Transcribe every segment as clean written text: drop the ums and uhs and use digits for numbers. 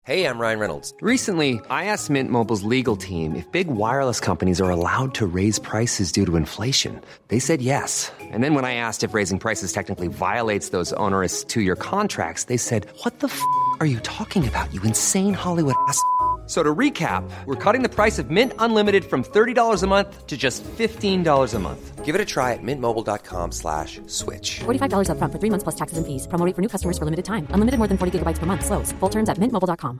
Hey, I'm Ryan Reynolds. Recently, I asked Mint Mobile's legal team if big wireless companies are allowed to raise prices due to inflation. They said yes. And then when I asked if raising prices technically violates those onerous two-year contracts, they said, "What the f*** are you talking about, you insane Hollywood ass?" So to recap, we're cutting the price of Mint Unlimited from $30 a month to just $15 a month. Give it a try at mintmobile.com/switch. $45 up front for 3 months plus taxes and fees. Promo rate for new customers for limited time. Unlimited more than 40 gigabytes per month. Slows full terms at mintmobile.com.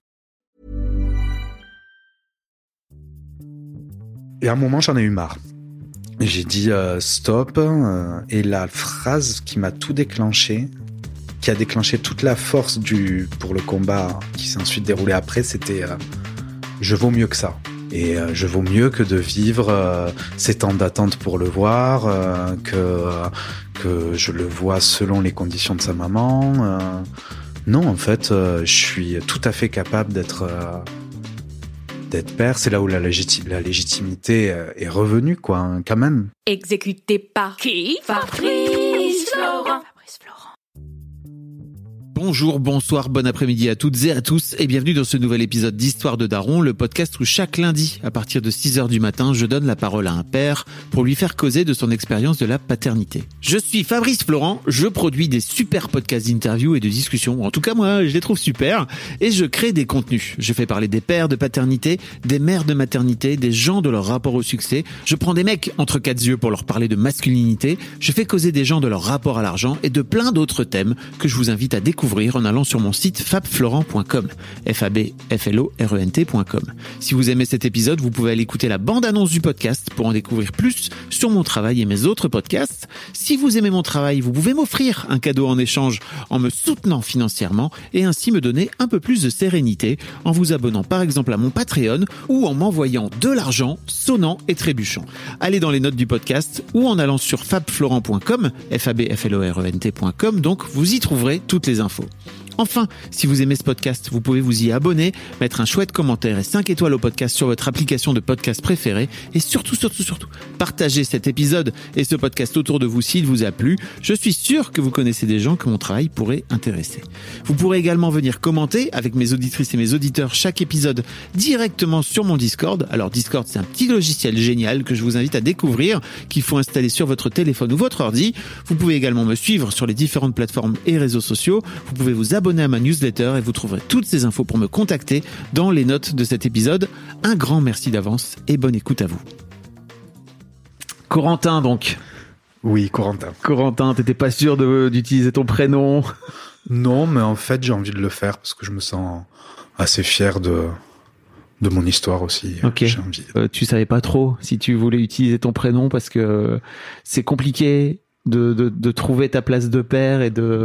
Et à un moment, j'en ai eu marre. J'ai dit stop. Et la phrase qui m'a tout déclenché, qui a déclenché toute la force pour le combat qui s'est ensuite déroulé après, c'était je vaux mieux que ça. Et je vaux mieux que de vivre ces temps d'attente pour le voir, que je le vois selon les conditions de sa maman. Non, en fait, je suis tout à fait capable d'être père. C'est là où la légitimité est revenue, quoi, hein, quand même. Exécuté par qui? Fabrice Florent. Bonjour, bonsoir, bon après-midi à toutes et à tous et bienvenue dans ce nouvel épisode d'Histoire de Daron, le podcast où chaque lundi, à partir de 6h du matin, je donne la parole à un père pour lui faire causer de son expérience de la paternité. Je suis Fabrice Florent, je produis des super podcasts d'interviews et de discussions, en tout cas moi je les trouve super, et je crée des contenus. Je fais parler des pères de paternité, des mères de maternité, des gens de leur rapport au succès, je prends des mecs entre quatre yeux pour leur parler de masculinité, je fais causer des gens de leur rapport à l'argent et de plein d'autres thèmes que je vous invite à découvrir en allant sur mon site fabflorent.com, fabflorent.com. Si vous aimez cet épisode, vous pouvez aller écouter la bande-annonce du podcast pour en découvrir plus sur mon travail et mes autres podcasts. Si vous aimez mon travail, vous pouvez m'offrir un cadeau en échange en me soutenant financièrement et ainsi me donner un peu plus de sérénité en vous abonnant par exemple à mon Patreon ou en m'envoyant de l'argent sonnant et trébuchant. Allez dans les notes du podcast ou en allant sur fabflorent.com, fabflorent.com, donc vous y trouverez toutes les infos. Enfin, si vous aimez ce podcast, vous pouvez vous y abonner, mettre un chouette commentaire et 5 étoiles au podcast sur votre application de podcast préférée et surtout, partagez cet épisode et ce podcast autour de vous s'il vous a plu. Je suis sûr que vous connaissez des gens que mon travail pourrait intéresser. Vous pourrez également venir commenter avec mes auditrices et mes auditeurs chaque épisode directement sur mon Discord. Alors Discord, c'est un petit logiciel génial que je vous invite à découvrir, qu'il faut installer sur votre téléphone ou votre ordi. Vous pouvez également me suivre sur les différentes plateformes et réseaux sociaux. Vous pouvez vous abonner à ma newsletter et vous trouverez toutes ces infos pour me contacter dans les notes de cet épisode. Un grand merci d'avance et bonne écoute à vous. Corentin donc. Oui, Corentin. Corentin, t'étais pas sûr d'utiliser ton prénom? Non, mais en fait, j'ai envie de le faire parce que je me sens assez fier de mon histoire aussi. Ok. J'ai envie. Tu savais pas trop si tu voulais utiliser ton prénom parce que c'est compliqué de trouver ta place de père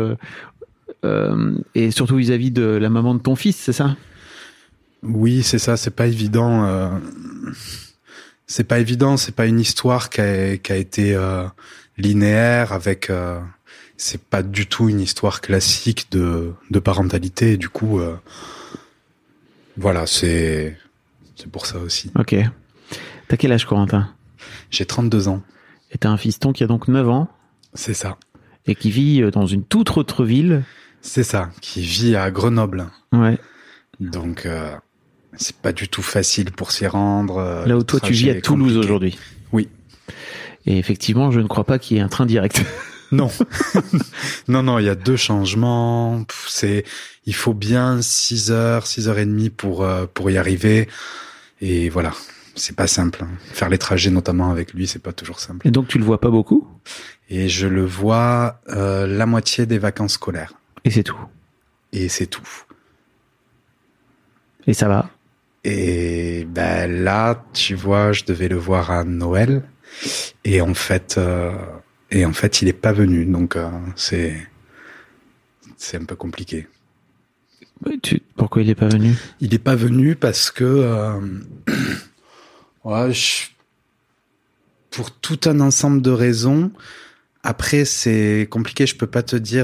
et surtout vis-à-vis de la maman de ton fils, c'est ça? Oui, c'est ça. C'est pas évident. C'est pas évident. C'est pas une histoire qui a été linéaire avec. C'est pas du tout une histoire classique de parentalité. Et du coup, voilà, c'est pour ça aussi. Ok. T'as quel âge, Corentin? J'ai 32 ans. Et t'as un fiston qui a donc 9 ans. C'est ça. Et qui vit dans une toute autre ville. C'est ça, qui vit à Grenoble. Ouais. Donc, c'est pas du tout facile pour s'y rendre. Là où toi, tu vis à Toulouse aujourd'hui. Oui. Et effectivement, je ne crois pas qu'il y ait un train direct. Non. Non, il y a 2 changements. Il faut bien 6h30 pour y arriver. Et voilà. C'est pas simple. Faire les trajets, notamment avec lui, c'est pas toujours simple. Et donc, tu le vois pas beaucoup? Et je le vois la moitié des vacances scolaires. Et c'est tout. Et c'est tout. Et ça va? Et ben là, tu vois, je devais le voir à Noël. Et en fait, il est pas venu. Donc, c'est un peu compliqué. Pourquoi il est pas venu? Il est pas venu parce que... pour tout un ensemble de raisons. Après, c'est compliqué, je peux pas te dire.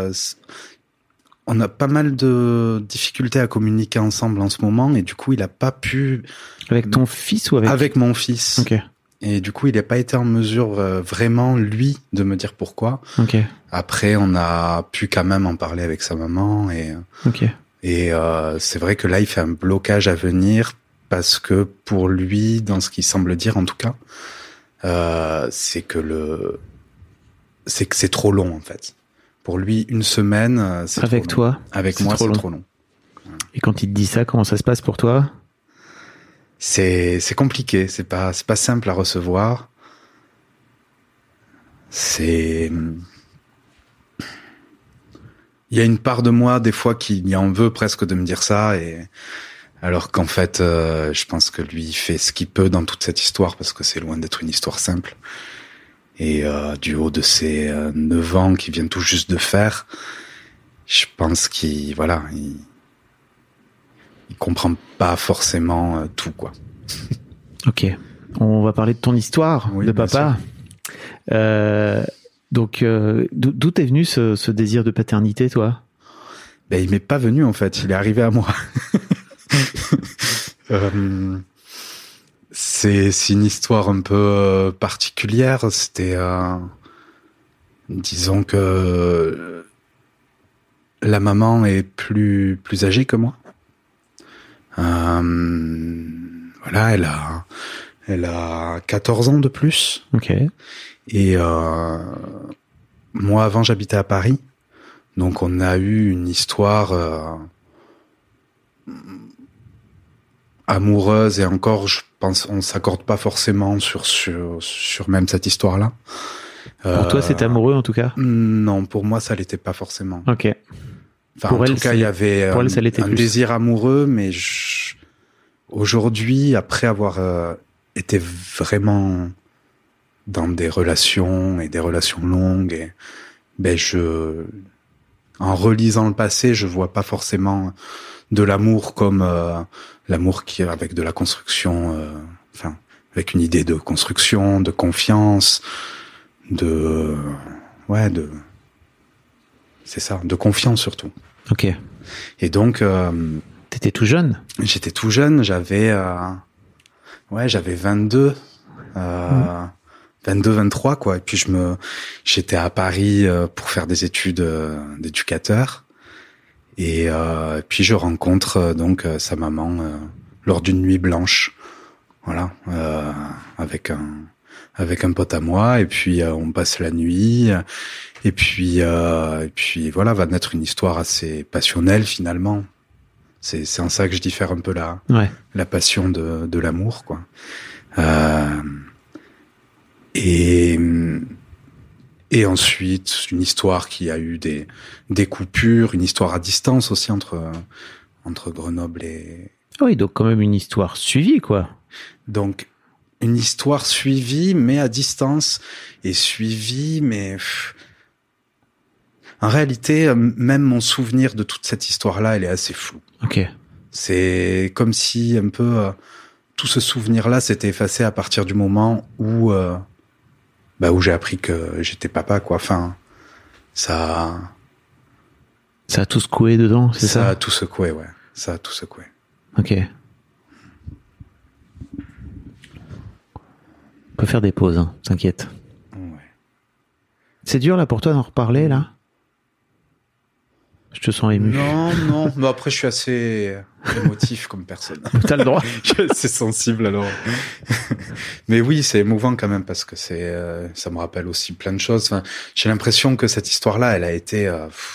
On a pas mal de difficultés à communiquer ensemble en ce moment et du coup, il a pas pu. Avec ton fils ou avec? Avec mon fils. Ok. Et du coup, il n'a pas été en mesure vraiment, lui, de me dire pourquoi. Ok. Après, on a pu quand même en parler avec sa maman Ok. Et c'est vrai que là, il fait un blocage à venir parce que pour lui, dans ce qu'il semble dire en tout cas, c'est que c'est trop long en fait. Pour lui, une semaine, c'est avec trop long. toi. Avec moi, c'est trop long. Et quand il te dit ça, comment ça se passe pour toi? C'est compliqué. C'est pas simple à recevoir. Il y a une part de moi, des fois, qui y en veut presque de me dire ça, et alors qu'en fait, je pense que lui, il fait ce qu'il peut dans toute cette histoire, parce que c'est loin d'être une histoire simple. Et du haut de ses 9 ans qu'il vient tout juste de faire, je pense qu'il comprend pas forcément tout, quoi. Ok. On va parler de ton histoire, oui, de papa. Donc, d'où t'es venu ce désir de paternité, toi? Ben, il m'est pas venu, en fait. Il est arrivé à moi. C'est une histoire un peu particulière. C'était, disons que la maman est plus âgée que moi. Voilà, elle a 14 ans de plus. Ok. Et moi, avant, j'habitais à Paris. Donc, on a eu une histoire amoureuse, et encore, je pense, on s'accorde pas forcément sur même cette histoire-là. Pour toi, c'est amoureux, en tout cas? Non, pour moi, ça l'était pas forcément. Ok. Enfin, pour en elle, tout cas, il y avait un désir amoureux, mais aujourd'hui, après avoir été vraiment dans des relations et des relations longues, et en relisant le passé, je vois pas forcément de l'amour comme l'amour qui avec de la construction, avec une idée de construction, de confiance, c'est ça, de confiance surtout. Ok. Et donc, t'étais tout jeune? J'étais tout jeune, j'avais 22, 23 quoi. Et puis j'étais à Paris pour faire des études d'éducateur. Et puis je rencontre donc sa maman lors d'une nuit blanche, voilà, avec un pote à moi. Et puis on passe la nuit. Et puis voilà, va naître une histoire assez passionnelle finalement. C'est en ça que je diffère un peu la passion de l'amour, quoi. Et ensuite, une histoire qui a eu des coupures, une histoire à distance aussi entre Grenoble et... Oui, donc quand même une histoire suivie, quoi. Donc, une histoire suivie, mais à distance, et suivie, mais... En réalité, même mon souvenir de toute cette histoire-là, elle est assez floue. Ok. C'est comme si un peu tout ce souvenir-là s'était effacé à partir du moment où j'ai appris que j'étais papa, quoi. Enfin, ça a tout secoué dedans, c'est ça? Ça a tout secoué, ouais. Ça a tout secoué. Ok. On peut faire des pauses, hein, t'inquiète. Ouais. C'est dur là pour toi d'en reparler là? Je te sens ému. Non. Mais après, je suis assez émotif comme personne. T'as le droit. Je suis assez sensible, alors. Mais oui, c'est émouvant quand même, parce que ça me rappelle aussi plein de choses. Enfin, j'ai l'impression que cette histoire-là, elle a été,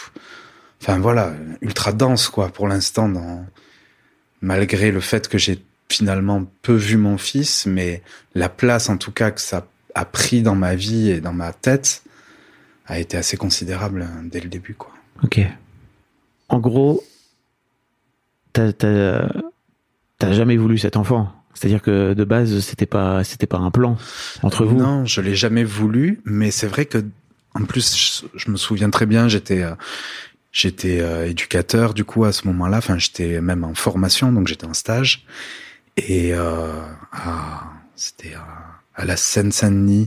ultra dense, quoi, pour l'instant, malgré le fait que j'ai finalement peu vu mon fils, mais la place, en tout cas, que ça a pris dans ma vie et dans ma tête a été assez considérable dès le début, quoi. Ok. En gros, t'as jamais voulu cet enfant. C'est-à-dire que de base, c'était pas un plan entre vous. Non, je l'ai jamais voulu, mais c'est vrai que, en plus, je me souviens très bien, j'étais éducateur, du coup, à ce moment-là. Enfin, j'étais même en formation, donc j'étais en stage. Et, c'était à la Seine-Saint-Denis,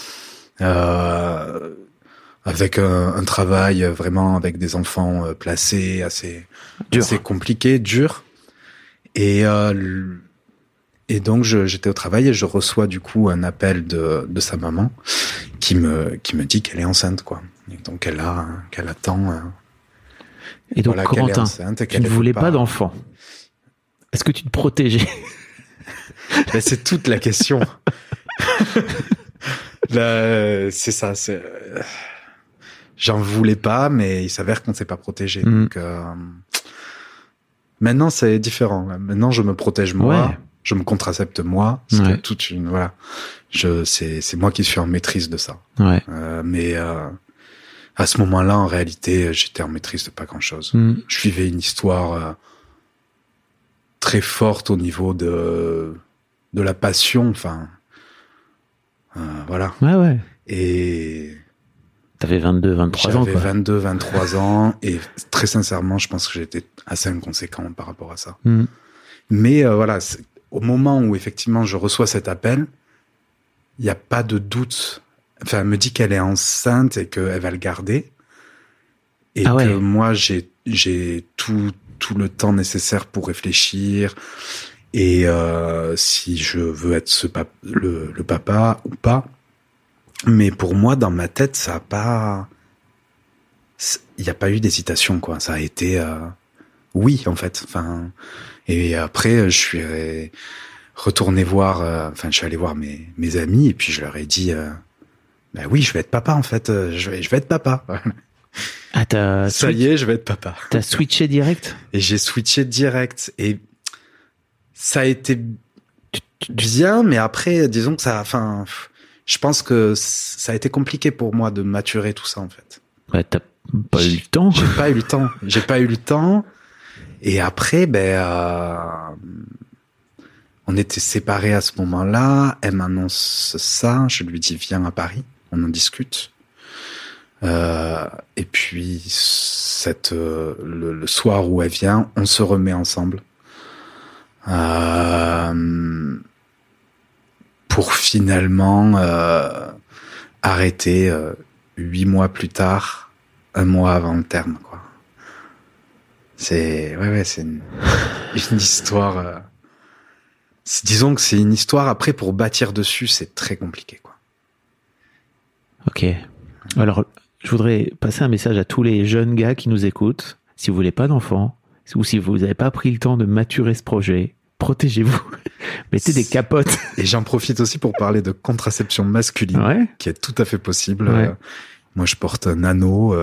avec un travail vraiment avec des enfants placés, assez compliqué, dur. Et donc j'étais au travail et je reçois du coup un appel de sa maman qui me dit qu'elle est enceinte, quoi. Et donc qu'elle attend Et donc, voilà, qu'elle est Corentin, enceinte et tu qu'elle ne veut voulais pas d'enfant. Est-ce que tu te protégeais? Ben, c'est toute la question. Là, c'est ça. J'en voulais pas, mais il s'avère qu'on ne s'est pas protégé. Donc, maintenant, c'est différent. Maintenant, je me protège moi. Ouais. Je me contracepte moi. C'est toute une, voilà. C'est moi qui suis en maîtrise de ça. Ouais. Mais à ce moment-là, en réalité, j'étais en maîtrise de pas grand-chose. Je vivais une histoire très forte au niveau de la passion. Enfin, voilà. Ouais. Et t'avais 22, 23 ans, quoi. J'avais 22, 23 ans. Et très sincèrement, je pense que j'étais assez inconséquent par rapport à ça. Mais voilà, au moment où effectivement je reçois cet appel, il n'y a pas de doute. Enfin, elle me dit qu'elle est enceinte et qu'elle va le garder. Et que moi, j'ai tout le temps nécessaire pour réfléchir. Et si je veux être le papa ou pas. Mais pour moi, dans ma tête, ça a pas... Il n'y a pas eu d'hésitation, quoi. Ça a été... oui, en fait. Enfin... Et après, je suis retourné voir... je suis allé voir mes amis et puis je leur ai dit... ben oui, je vais être papa, en fait. Je vais être papa. Ah, ça y est, je vais être papa. T'as switché direct? Et j'ai switché direct. Et ça a été bien, mais après, disons que ça... Enfin, je pense que ça a été compliqué pour moi de maturer tout ça, en fait. Bah, t'as pas eu le temps. J'ai pas eu le temps. Et après, on était séparés à ce moment-là. Elle m'annonce ça. Je lui dis, viens à Paris. On en discute. Et puis, le soir où elle vient, on se remet ensemble. Pour finalement arrêter 8 mois plus tard, 1 mois avant le terme, quoi. C'est une histoire. Disons que c'est une histoire. Après, pour bâtir dessus, c'est très compliqué, quoi. Ok. Alors, je voudrais passer un message à tous les jeunes gars qui nous écoutent. Si vous voulez pas d'enfants, ou si vous n'avez pas pris le temps de maturer ce projet, protégez-vous. Mettez des capotes. Et j'en profite aussi pour parler de contraception masculine, qui est tout à fait possible. Ouais. Moi, je porte un anneau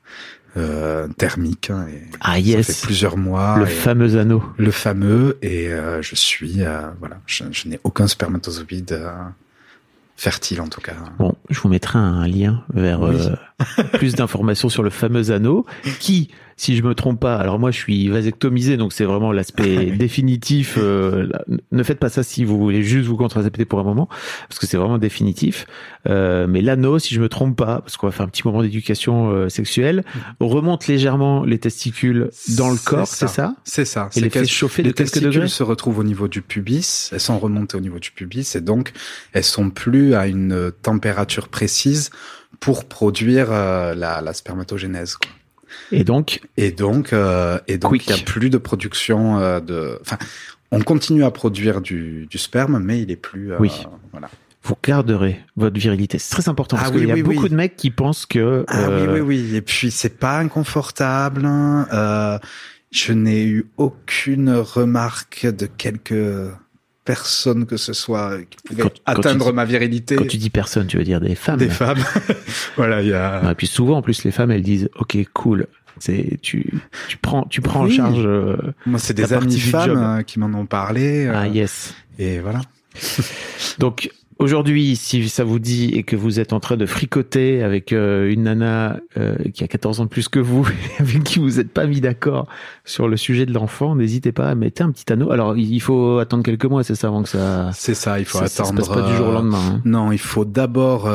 thermique. Et ça fait plusieurs mois. Le fameux anneau. Le fameux. Et je suis... je n'ai aucun spermatozoïde fertile, en tout cas. Bon, je vous mettrai un lien vers plus d'informations sur le fameux anneau qui... Si je me trompe pas, alors moi je suis vasectomisé, donc c'est vraiment l'aspect définitif. Ne faites pas ça si vous voulez juste vous contracepter pour un moment, parce que c'est vraiment définitif. Mais l'anneau, si je me trompe pas, parce qu'on va faire un petit moment d'éducation sexuelle, remonte légèrement les testicules dans le corps, c'est ça? C'est ça. Et les fait chauffer de quelques degrés. Les testicules se retrouvent au niveau du pubis, elles sont remontées au niveau du pubis, et donc elles sont plus à une température précise pour produire la spermatogénèse, quoi. Et donc, il y a plus de production enfin, on continue à produire du sperme, mais il est plus, voilà. Vous garderez votre virilité. C'est très important parce qu'il y a beaucoup de mecs qui pensent que, oui. Et puis, c'est pas inconfortable. Je n'ai eu aucune remarque de quelque personne que ce soit qui pouvait atteindre ma virilité. Quand tu dis personne, tu veux dire des femmes. Des femmes. Voilà, il y a... Et puis souvent, en plus, les femmes, elles disent, OK, cool. Tu prends en charge, moi, c'est des amis femmes qui m'en ont parlé. Yes. Et voilà. Donc, aujourd'hui, si ça vous dit et que vous êtes en train de fricoter avec une nana qui a 14 ans de plus que vous, avec qui vous n'êtes pas mis d'accord sur le sujet de l'enfant, n'hésitez pas à mettre un petit anneau. Alors, il faut attendre quelques mois, c'est ça, avant que ça... C'est ça, il faut attendre... Ça se passe pas du jour au lendemain. Hein. Non, il faut d'abord...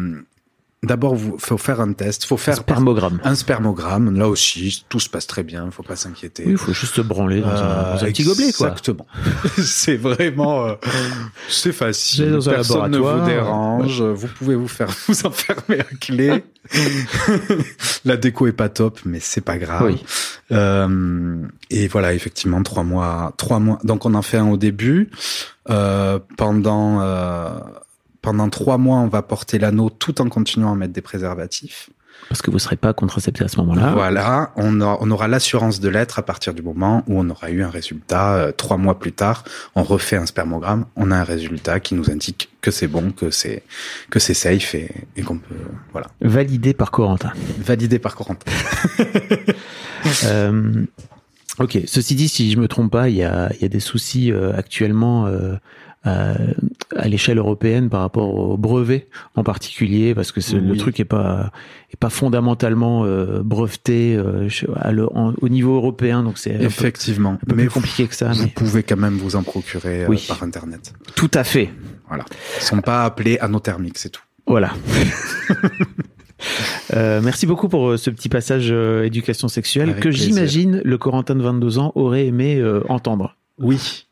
faut faire un test. Faut faire un spermogramme. Là aussi, tout se passe très bien. Il faut pas s'inquiéter. Oui, il faut juste se branler dans un petit gobelet, quoi. Exactement. C'est vraiment, c'est facile. Personne ne vous dérange. Vous pouvez vous enfermer à clé. La déco est pas top, mais c'est pas grave. Oui. Et voilà, effectivement, 3 mois. Donc, on en fait un au début. Pendant 3 mois, on va porter l'anneau tout en continuant à mettre des préservatifs. Parce que vous serez pas contracepté à ce moment-là. Voilà, on aura l'assurance de l'être à partir du moment où on aura eu un résultat. 3 mois plus tard, on refait un spermogramme, on a un résultat qui nous indique que c'est bon, que c'est safe et qu'on peut, voilà. Validé par Corentin. Validé par Corentin. Ok. Ceci dit, si je me trompe pas, il y a des soucis actuellement à l'échelle européenne par rapport au brevet en particulier, parce que le truc est pas fondamentalement breveté au niveau européen, donc c'est effectivement un peu plus compliqué que ça. Vous pouvez quand même vous en procurer par internet. Tout à fait. Voilà. Ils sont pas appelés anothermiques, c'est tout. Voilà. Merci beaucoup pour ce petit passage éducation sexuelle. Avec plaisir. J'imagine le Corentin de 22 ans aurait aimé entendre. Oui.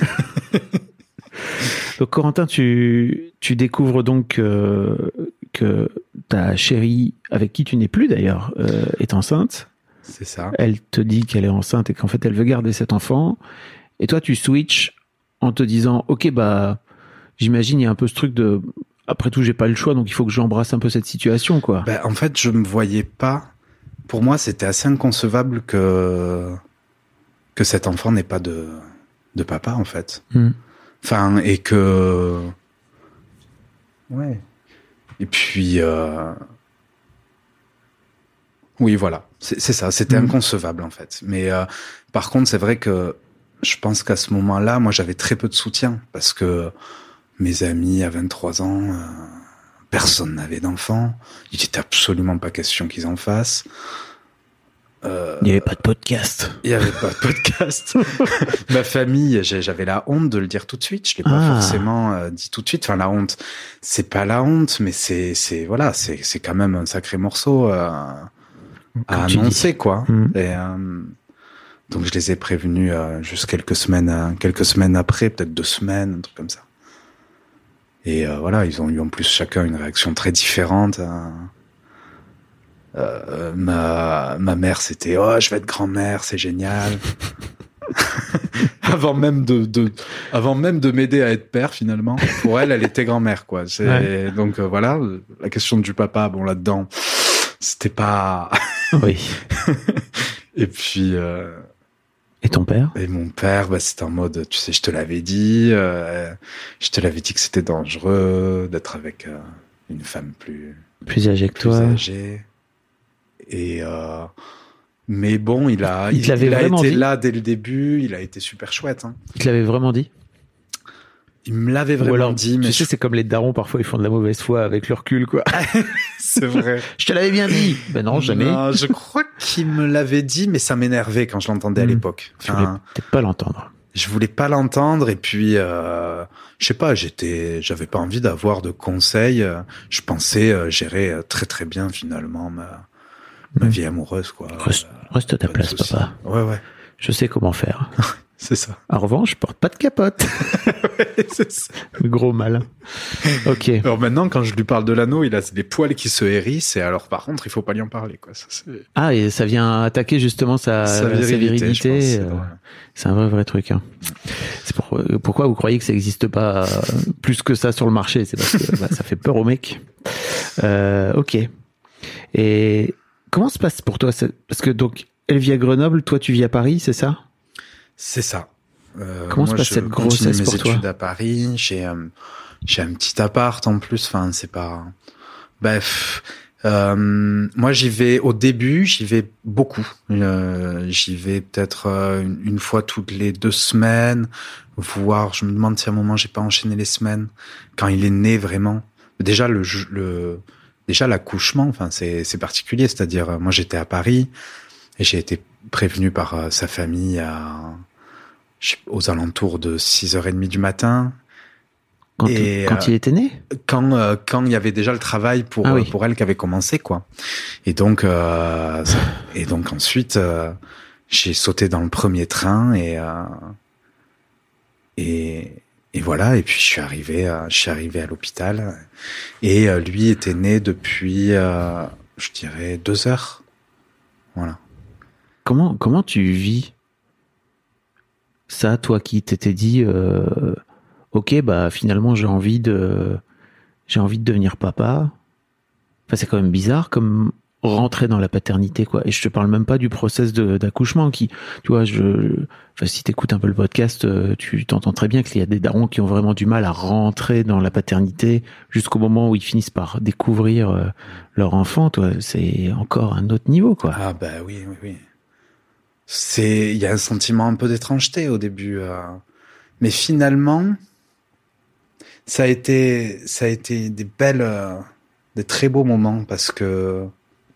Donc Corentin, tu découvres donc que ta chérie, avec qui tu n'es plus d'ailleurs, est enceinte. C'est ça. Elle te dit qu'elle est enceinte et qu'en fait elle veut garder cet enfant. Et toi tu switches en te disant ok bah j'imagine il y a un peu ce truc de après tout j'ai pas le choix donc il faut que j'embrasse un peu cette situation quoi. Ben, en fait je me voyais pas. Pour moi c'était assez inconcevable que cet enfant n'ait pas de papa en fait. Enfin, et que... Ouais. Et puis... Oui, voilà. C'est ça. C'était inconcevable, en fait. Mais par contre, c'est vrai que je pense qu'à ce moment-là, moi, j'avais très peu de soutien. Parce que mes amis, à 23 ans, personne n'avait d'enfant. Il n'était absolument pas question qu'ils en fassent. Il n'y avait pas de podcast. Il n'y avait pas de podcast. Ma famille, j'avais la honte de le dire tout de suite. Je l'ai pas forcément dit tout de suite. Enfin, la honte, c'est pas la honte, mais c'est quand même un sacré morceau à annoncer, quoi. Et donc je les ai prévenus juste quelques semaines après, peut-être 2 semaines, un truc comme ça. Et voilà, ils ont eu en plus chacun une réaction très différente. Ma mère c'était je vais être grand-mère, c'est génial. avant même de m'aider à être père finalement. Pour elle était grand-mère quoi. Donc voilà, la question du papa bon là-dedans c'était pas oui. Et puis et ton père? Et mon père c'était en mode tu sais je te l'avais dit que c'était dangereux d'être avec une femme plus âgée que toi. Et mais bon, il a été là dès le début. Il a été super chouette. Hein. Il te l'avait vraiment dit? Il me l'avait vraiment dit. Mais tu sais, c'est comme les darons, parfois ils font de la mauvaise foi avec le recul, quoi. C'est vrai. Je te l'avais bien dit. Ben non, jamais. Non, je crois qu'il me l'avait dit, mais ça m'énervait quand je l'entendais à l'époque. Tu voulais peut-être pas l'entendre. Je voulais pas l'entendre et puis je sais pas, j'avais pas envie d'avoir de conseils. Je pensais gérer très très bien finalement ma vie amoureuse, quoi. Reste à ta place, papa. Ouais. Je sais comment faire. C'est ça. En revanche, je porte pas de capote. Ouais, c'est ça. Le gros mal. Ok. Alors maintenant, quand je lui parle de l'anneau, il a des poils qui se hérissent et alors, par contre, il faut pas lui en parler, quoi. Ça, et ça vient attaquer justement sa virilité. C'est un vrai truc, hein. C'est pourquoi vous croyez que ça existe pas plus que ça sur le marché? C'est parce que ça fait peur aux mecs. Ok. Et comment se passe pour toi parce que donc elle vit à Grenoble, toi tu vis à Paris, c'est ça? C'est ça. Comment se passe cette grossesse pour toi? Je continue mes études à Paris, j'ai un petit appart en plus, enfin c'est pas... Bref, moi j'y vais beaucoup. J'y vais peut-être une fois toutes les 2 semaines, voire je me demande si à un moment j'ai pas enchaîné les semaines, quand il est né vraiment. Déjà Déjà l'accouchement, enfin c'est particulier, c'est-à-dire moi j'étais à Paris et j'ai été prévenu par sa famille aux alentours de 6h30 du matin. Quand il était né? Quand il y avait déjà le travail pour elle qui avait commencé, quoi. Et donc ensuite j'ai sauté dans le premier train et voilà, et puis je suis arrivé à l'hôpital et lui était né depuis je dirais 2 heures. Voilà. Comment tu vis ça, toi qui t'étais dit OK, bah finalement j'ai envie de devenir papa. Enfin, c'est quand même bizarre comme rentrer dans la paternité, quoi. Et je te parle même pas du process d'accouchement qui, tu vois, enfin, si t'écoutes un peu le podcast, tu t'entends très bien qu'il y a des darons qui ont vraiment du mal à rentrer dans la paternité jusqu'au moment où ils finissent par découvrir leur enfant, toi. C'est encore un autre niveau, quoi. Ah, bah oui. Il y a un sentiment un peu d'étrangeté au début, mais finalement, ça a été des très beaux moments parce que,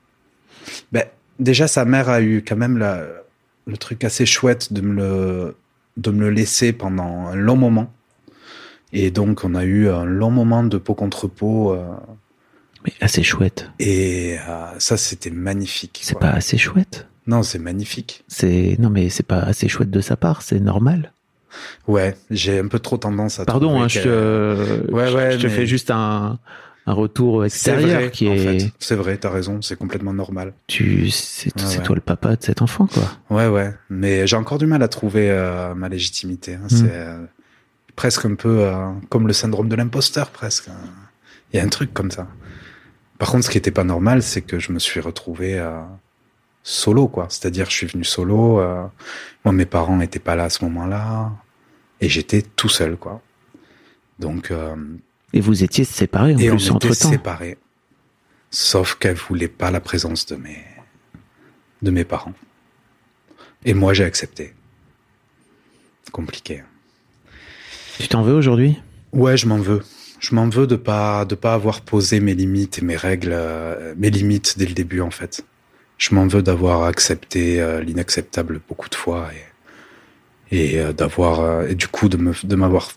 déjà sa mère a eu quand même le truc assez chouette de me le laisser pendant un long moment, et donc on a eu un long moment de peau contre peau. Mais assez chouette. Et ça, c'était magnifique. C'est pas assez chouette. Non, c'est magnifique. Non, mais c'est pas assez chouette de sa part, c'est normal. Ouais, j'ai un peu trop tendance à... Pardon, je te fais juste un retour extérieur vrai, qui est... En fait. C'est vrai, t'as raison, c'est complètement normal. C'est toi le papa de cet enfant, quoi. Ouais, mais j'ai encore du mal à trouver ma légitimité. Hein. C'est presque un peu comme le syndrome de l'imposteur, presque. Il y a un truc comme ça. Par contre, ce qui était pas normal, c'est que je me suis retrouvé... solo, quoi. C'est-à-dire, je suis venu solo. Moi, mes parents n'étaient pas là à ce moment-là. Et j'étais tout seul, quoi. Donc... et vous étiez séparés, en plus, entre-temps. Et on était séparés. Sauf qu'elle voulait pas la présence de mes parents. Et moi, j'ai accepté. Compliqué. Tu t'en veux aujourd'hui ? Ouais, je m'en veux. Je m'en veux de pas avoir posé mes limites et mes règles, mes limites dès le début, en fait. Je m'en veux d'avoir accepté l'inacceptable beaucoup de fois et du coup de m'avoir,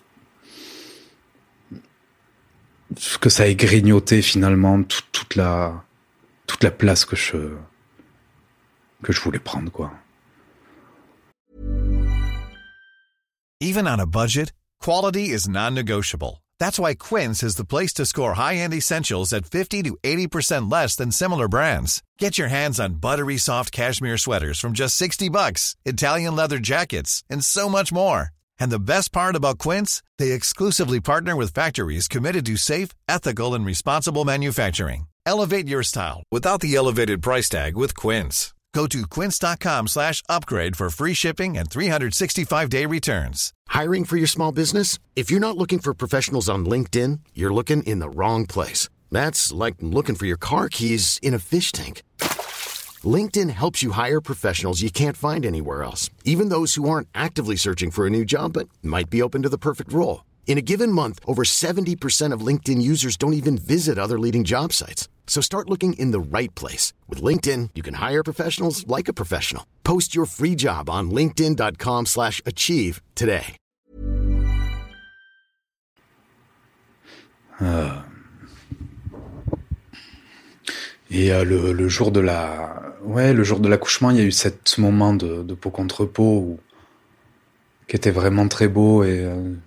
que ça ait grignoté finalement toute la place que je voulais prendre, quoi. Even on a budget, quality is non-negotiable. That's why Quince is the place to score high-end essentials at 50 to 80% less than similar brands. Get your hands on buttery soft cashmere sweaters from just $60, Italian leather jackets, and so much more. And the best part about Quince, they exclusively partner with factories committed to safe, ethical, and responsible manufacturing. Elevate your style without the elevated price tag with Quince. Go to quince.com/upgrade for free shipping and 365-day returns. Hiring for your small business? If you're not looking for professionals on LinkedIn, you're looking in the wrong place. That's like looking for your car keys in a fish tank. LinkedIn helps you hire professionals you can't find anywhere else, even those who aren't actively searching for a new job but might be open to the perfect role. In a given month, over 70% of LinkedIn users don't even visit other leading job sites. So start looking in the right place. With LinkedIn, you can hire professionals like a professional. Post your free job on linkedin.com/achieve today. Et le jour de l'accouchement, il y a eu ce moment de peau contre peau qui était vraiment très beau et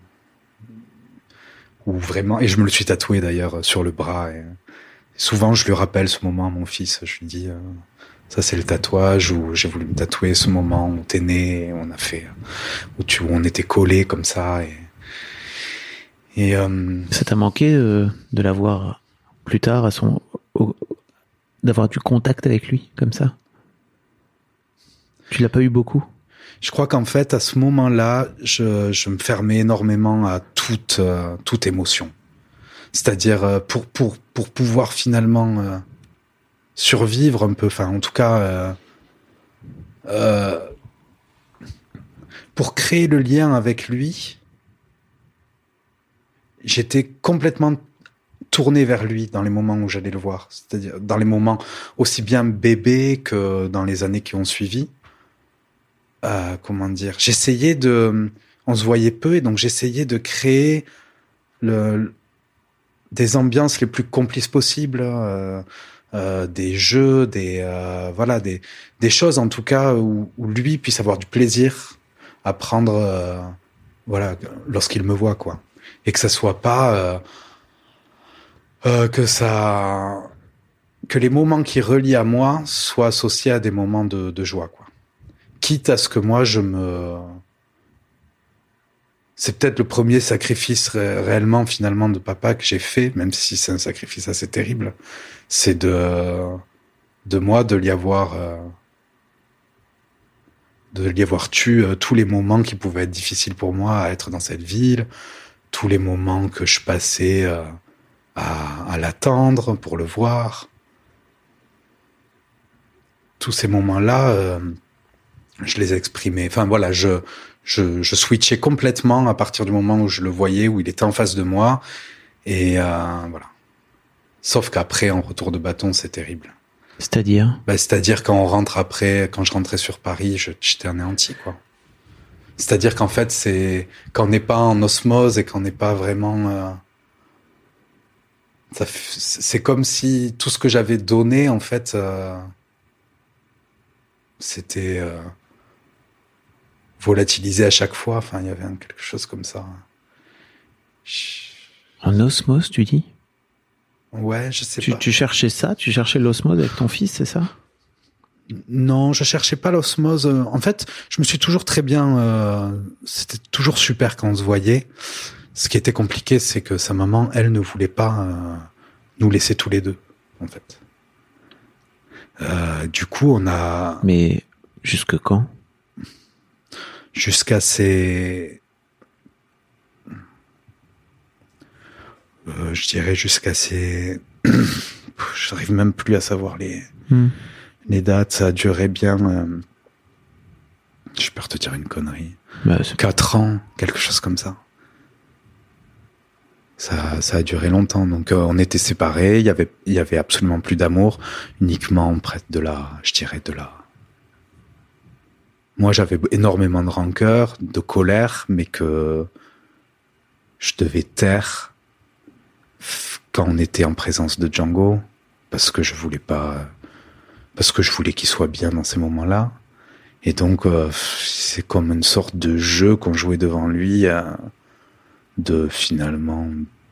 où vraiment, et je me le suis tatoué d'ailleurs sur le bras. Et souvent, je lui rappelle ce moment à mon fils. Je lui dis, ça c'est le tatouage où j'ai voulu me tatouer ce moment où t'es né, et on a fait, où on était collés comme ça. Et ça t'a manqué de l'avoir plus tard d'avoir du contact avec lui comme ça? Tu l'as pas eu beaucoup? Je crois qu'en fait, à ce moment-là, je me fermais énormément à toute émotion. C'est-à-dire, pour pouvoir finalement survivre un peu, enfin, en tout cas, pour créer le lien avec lui, j'étais complètement tourné vers lui dans les moments où j'allais le voir. C'est-à-dire, dans les moments aussi bien bébé que dans les années qui ont suivi. Comment dire, on se voyait peu et donc j'essayais de créer des ambiances les plus complices possibles, des jeux, des choses en tout cas où lui puisse avoir du plaisir à prendre, lorsqu'il me voit, quoi, et que ça soit pas que les moments qui relient à moi soient associés à des moments de joie, quoi. Quitte à ce que moi c'est peut-être le premier sacrifice réellement finalement de papa que j'ai fait, même si c'est un sacrifice assez terrible, c'est de de moi de l'y avoir tué tous les moments qui pouvaient être difficiles pour moi à être dans cette ville, tous les moments que je passais à l'attendre pour le voir. Tous ces moments-là, je les exprimais. Enfin voilà, je switchais complètement à partir du moment où je le voyais, où il était en face de moi. Et voilà. Sauf qu'après, en retour de bâton, c'est terrible. C'est-à-dire ? C'est-à-dire quand je rentrais sur Paris, j'étais anéanti, quoi. C'est-à-dire qu'en fait, c'est quand on n'est pas en osmose et qu'on n'est pas vraiment... c'est comme si tout ce que j'avais donné, en fait, c'était volatilisé à chaque fois. Enfin, il y avait quelque chose comme ça. En osmose, tu dis ? Ouais, je sais pas. Tu cherchais ça ? Tu cherchais l'osmose avec ton fils, c'est ça ? Non, je cherchais pas l'osmose. En fait, je me suis toujours très bien... c'était toujours super quand on se voyait. Ce qui était compliqué, c'est que sa maman, elle, ne voulait pas nous laisser tous les deux, en fait. Du coup, on a... Mais jusque quand ? Jusqu'à ses... je dirais jusqu'à ses... J'arrive même plus à savoir les dates. Ça a duré bien... J'ai peur de te dire une connerie. 4 ans, quelque chose comme ça. Ça a duré longtemps. Donc on était séparés. Il y avait absolument plus d'amour, uniquement près de la... Moi, j'avais énormément de rancœur, de colère, mais que je devais taire quand on était en présence de Django, parce que je voulais qu'il soit bien dans ces moments-là. Et donc, c'est comme une sorte de jeu qu'on jouait devant lui, de finalement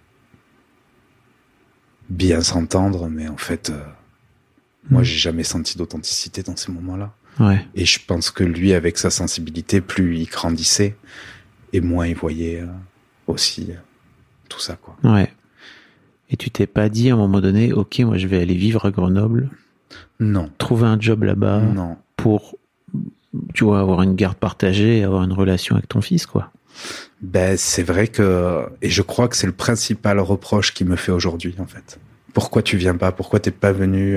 bien s'entendre, mais en fait, moi, j'ai jamais senti d'authenticité dans ces moments-là. Ouais. Et je pense que lui, avec sa sensibilité, plus il grandissait, et moins il voyait aussi tout ça, quoi. Ouais. Et tu t'es pas dit à un moment donné, ok, moi je vais aller vivre à Grenoble. Non. Trouver un job là-bas. Non. Pour, tu vois, avoir une garde partagée et avoir une relation avec ton fils, quoi. C'est vrai que, et je crois que c'est le principal reproche qu'il me fait aujourd'hui, en fait. Pourquoi tu viens pas? Pourquoi t'es pas venu?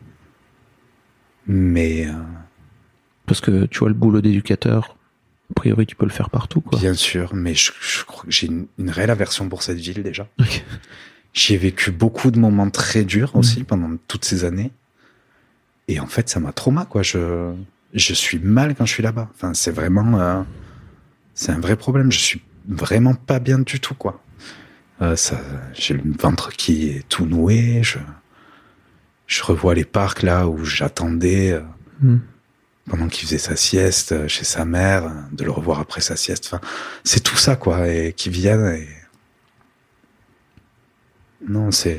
Mais parce que tu vois, le boulot d'éducateur, a priori, tu peux le faire partout, quoi. Bien sûr, mais je crois que j'ai une réelle aversion pour cette ville, déjà. Okay. J'y ai vécu beaucoup de moments très durs aussi pendant toutes ces années. Et en fait, ça m'a trauma, quoi. Je suis mal quand je suis là-bas. Enfin, c'est vraiment... c'est un vrai problème. Je suis vraiment pas bien du tout, quoi. J'ai le ventre qui est tout noué. Je revois les parcs, là, où j'attendais... pendant qu'il faisait sa sieste chez sa mère, de le revoir après sa sieste. Enfin, c'est tout ça, quoi, et qui viennent. Et... Non, ça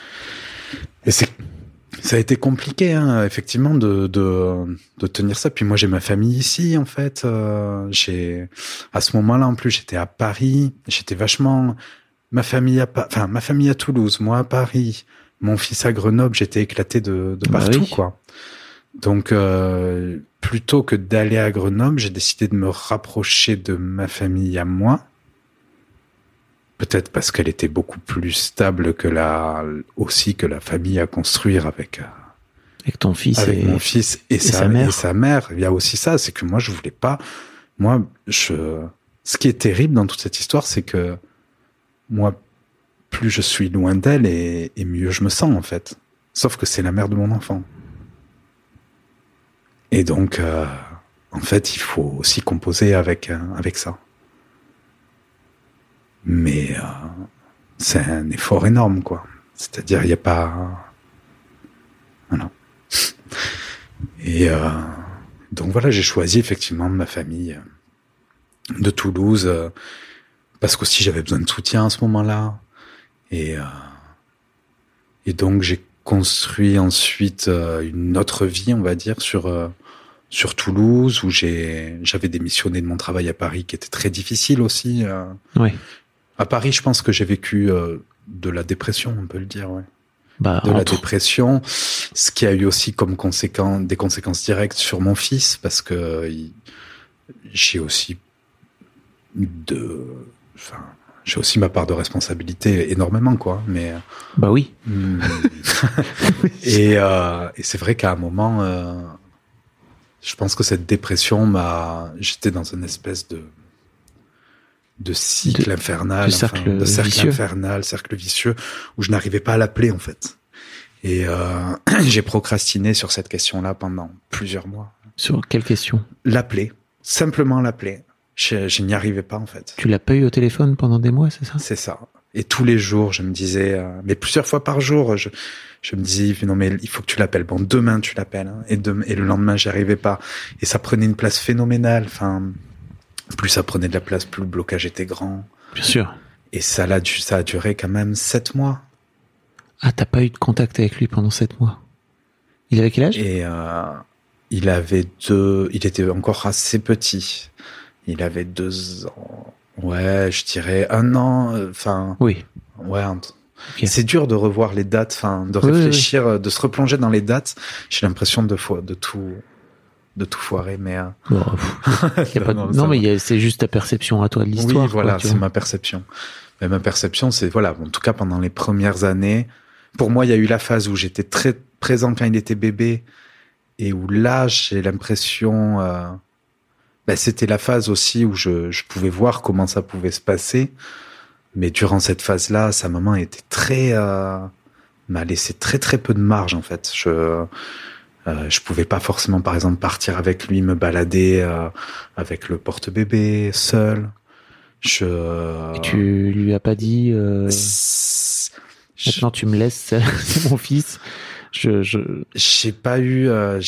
a été compliqué, hein, effectivement, de tenir ça. Puis moi, j'ai ma famille ici, en fait. À ce moment-là, en plus, j'étais à Paris. J'étais vachement ma famille à Toulouse, moi à Paris, mon fils à Grenoble. J'étais éclaté de partout, oui. Quoi. Donc, plutôt que d'aller à Grenoble, j'ai décidé de me rapprocher de ma famille à moi. Peut-être parce qu'elle était beaucoup plus stable que la famille à construire avec ton fils, avec mon fils et sa mère. Il y a aussi ça, c'est que moi je voulais pas. Ce qui est terrible dans toute cette histoire, c'est que moi, plus je suis loin d'elle et mieux je me sens, en fait. Sauf que c'est la mère de mon enfant. Et donc, en fait, il faut aussi composer avec ça. Mais c'est un effort énorme, quoi. C'est-à-dire, il n'y a pas... Voilà. Et donc voilà, j'ai choisi effectivement ma famille de Toulouse, parce qu'aussi j'avais besoin de soutien à ce moment-là. Et donc j'ai construit ensuite une autre vie, on va dire, sur Toulouse, où j'avais démissionné de mon travail à Paris, qui était très difficile aussi. Oui. À Paris, je pense que j'ai vécu de la dépression, on peut le dire, ouais. de la dépression, ce qui a eu aussi comme des conséquences directes sur mon fils, parce que j'ai aussi j'ai aussi ma part de responsabilité énormément, quoi. Mais bah oui. Et c'est vrai qu'à un moment, je pense que cette dépression j'étais dans une espèce de cycle infernal, de cercle infernal, cercle vicieux, où je n'arrivais pas à l'appeler, en fait. Et j'ai procrastiné sur cette question-là pendant plusieurs mois. Sur quelle question? L'appeler. Simplement l'appeler. Je n'y arrivais pas, en fait. Tu l'as pas eu au téléphone pendant des mois, c'est ça? C'est ça. Et tous les jours, je me disais, mais plusieurs fois par jour, je me disais, non, mais il faut que tu l'appelles. Bon, demain, tu l'appelles. Hein. Et le lendemain, j'y arrivais pas. Et ça prenait une place phénoménale. Enfin, plus ça prenait de la place, plus le blocage était grand. Bien sûr. Et ça a duré quand même 7 mois. Ah, t'as pas eu de contact avec lui pendant 7 mois? Il avait quel âge? Et il était encore assez petit. Il avait 2 ans. Ouais, je dirais 1 an. Enfin. Oui. Ouais. Okay. C'est dur de revoir les dates, de réfléchir, de se replonger dans les dates. J'ai l'impression de tout foirer, mais. Bon, c'est juste ta perception à toi de l'histoire. Oui, voilà, c'est ma perception. Mais ma perception, c'est en tout cas pendant les premières années. Pour moi, il y a eu la phase où j'étais très présent quand il était bébé, et où là, j'ai l'impression. C'était la phase aussi où je pouvais voir comment ça pouvait se passer. Mais durant cette phase-là, sa maman était m'a laissé très très peu de marge, en fait. Je pouvais pas forcément, par exemple, partir avec lui, me balader avec le porte-bébé, seul. Et tu lui as pas dit maintenant tu me laisses, c'est mon fils. J'ai pas eu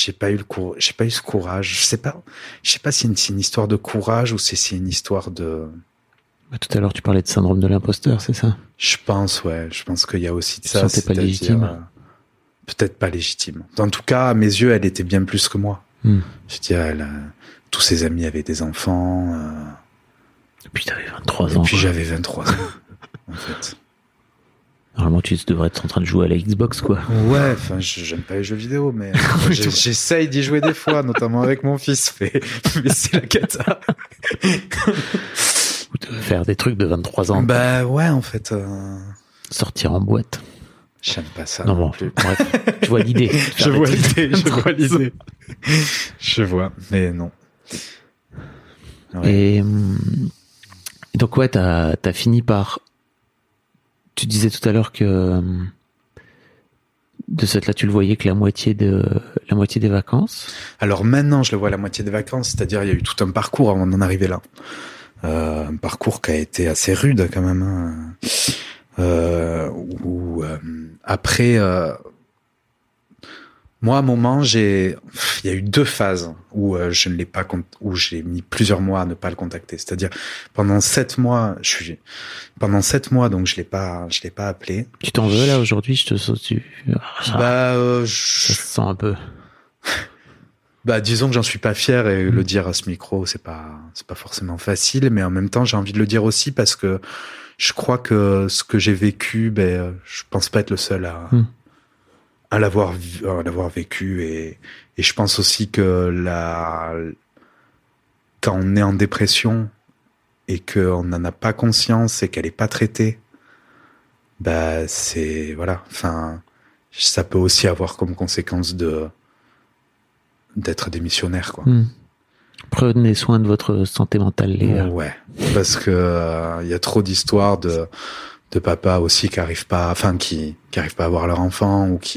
ce courage. Je sais pas si c'est une histoire de courage ou si c'est une histoire de. Tout à l'heure, tu parlais de syndrome de l'imposteur, c'est ça? Je pense, ouais. Je pense qu'il y a aussi de ça. Tu te sentais pas légitime? Peut-être pas légitime. En tout cas, à mes yeux, elle était bien plus que moi. Je veux dire, tous ses amis avaient des enfants. Et puis t'avais 23 ans. Et puis j'avais 23 ans, en fait. Normalement, tu devrais être en train de jouer à la Xbox, quoi. Ouais, j'aime pas les jeux vidéo, mais j'essaye d'y jouer des fois, notamment avec mon fils, mais c'est la cata. Ou de faire des trucs de 23 ans. Bah ouais, en fait. Sortir en boîte. J'aime pas ça. Non, bon, bref, tu vois l'idée. Je vois l'idée. Je vois, mais non. Ouais. Et donc, ouais, t'as fini par... Tu disais tout à l'heure que de cette là, tu le voyais que la moitié des vacances. Alors maintenant, je le vois la moitié des vacances, c'est-à-dire il y a eu tout un parcours avant d'en arriver là. Un parcours qui a été assez rude quand même. Après, moi, à un moment, il y a eu 2 phases où où j'ai mis plusieurs mois à ne pas le contacter. C'est-à-dire pendant 7 mois, donc je l'ai pas appelé. Tu t'en veux là aujourd'hui? Je te saute dessus. Ça se sent un peu. Disons que j'en suis pas fier, et le dire à ce micro, c'est pas forcément facile, mais en même temps, j'ai envie de le dire aussi parce que je crois que ce que j'ai vécu, je pense pas être le seul à l'avoir vécu, et je pense aussi que quand on est en dépression et qu'on n'en a pas conscience et qu'elle est pas traitée, c'est voilà, ça peut aussi avoir comme conséquence d'être démissionnaire, quoi. Prenez soin de votre santé mentale, les gars. Ouais, parce que il y a trop d'histoires de papas aussi qui arrivent pas à avoir leur enfant, ou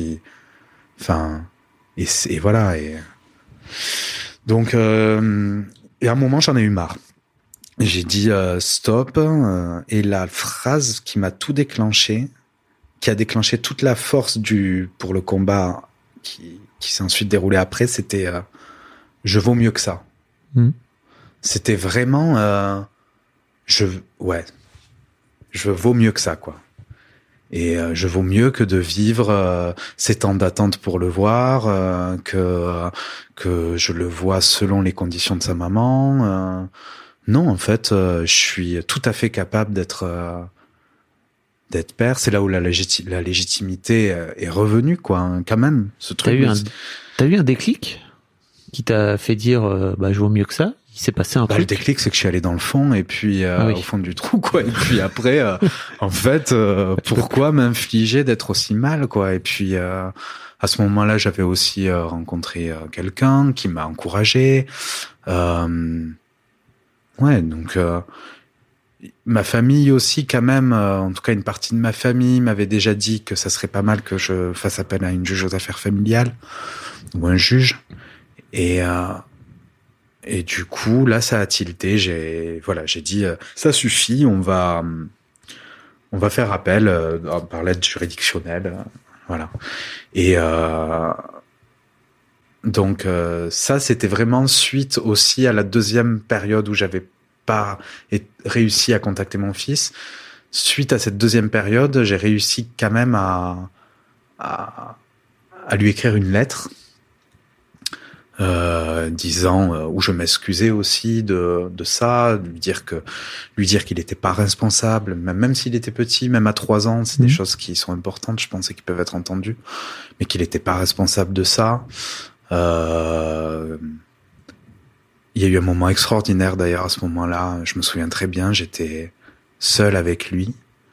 et voilà, et donc et à un moment j'en ai eu marre. J'ai dit stop, et la phrase qui m'a tout déclenché, qui a déclenché toute la force pour le combat qui s'est ensuite déroulé après, c'était je vaux mieux que ça. C'était vraiment je vaux mieux que ça, quoi. Et je vaux mieux que de vivre ces temps d'attente pour le voir, que je le vois selon les conditions de sa maman. Non, en fait, je suis tout à fait capable d'être père. C'est là où la légitimité est revenue, quoi, hein, quand même. Ce truc. T'as eu un déclic qui t'a fait dire, je vaux mieux que ça? Il s'est passé un truc? Le déclic, c'est que je suis allé dans le fond, et puis au fond du trou, quoi. Et puis après, en fait, pourquoi m'infliger d'être aussi mal, quoi. Et puis à ce moment-là, j'avais aussi rencontré quelqu'un qui m'a encouragé. Donc ma famille aussi, quand même, en tout cas une partie de ma famille m'avait déjà dit que ça serait pas mal que je fasse appel à une juge aux affaires familiales ou un juge. Et du coup, là, ça a tilté. J'ai dit, ça suffit, on va faire appel par l'aide juridictionnelle, voilà. Et donc ça, c'était vraiment suite aussi à la deuxième période où j'avais pas réussi à contacter mon fils. Suite à cette deuxième période, j'ai réussi quand même à lui écrire une lettre. Disant où je m'excusais aussi de ça, lui dire qu'il n'était pas responsable, même s'il était petit, même à 3 ans, c'est des choses qui sont importantes, je pense, et qui peuvent être entendues, mais qu'il n'était pas responsable de ça. Il y a eu un moment extraordinaire d'ailleurs à ce moment-là, je me souviens très bien, j'étais seul avec lui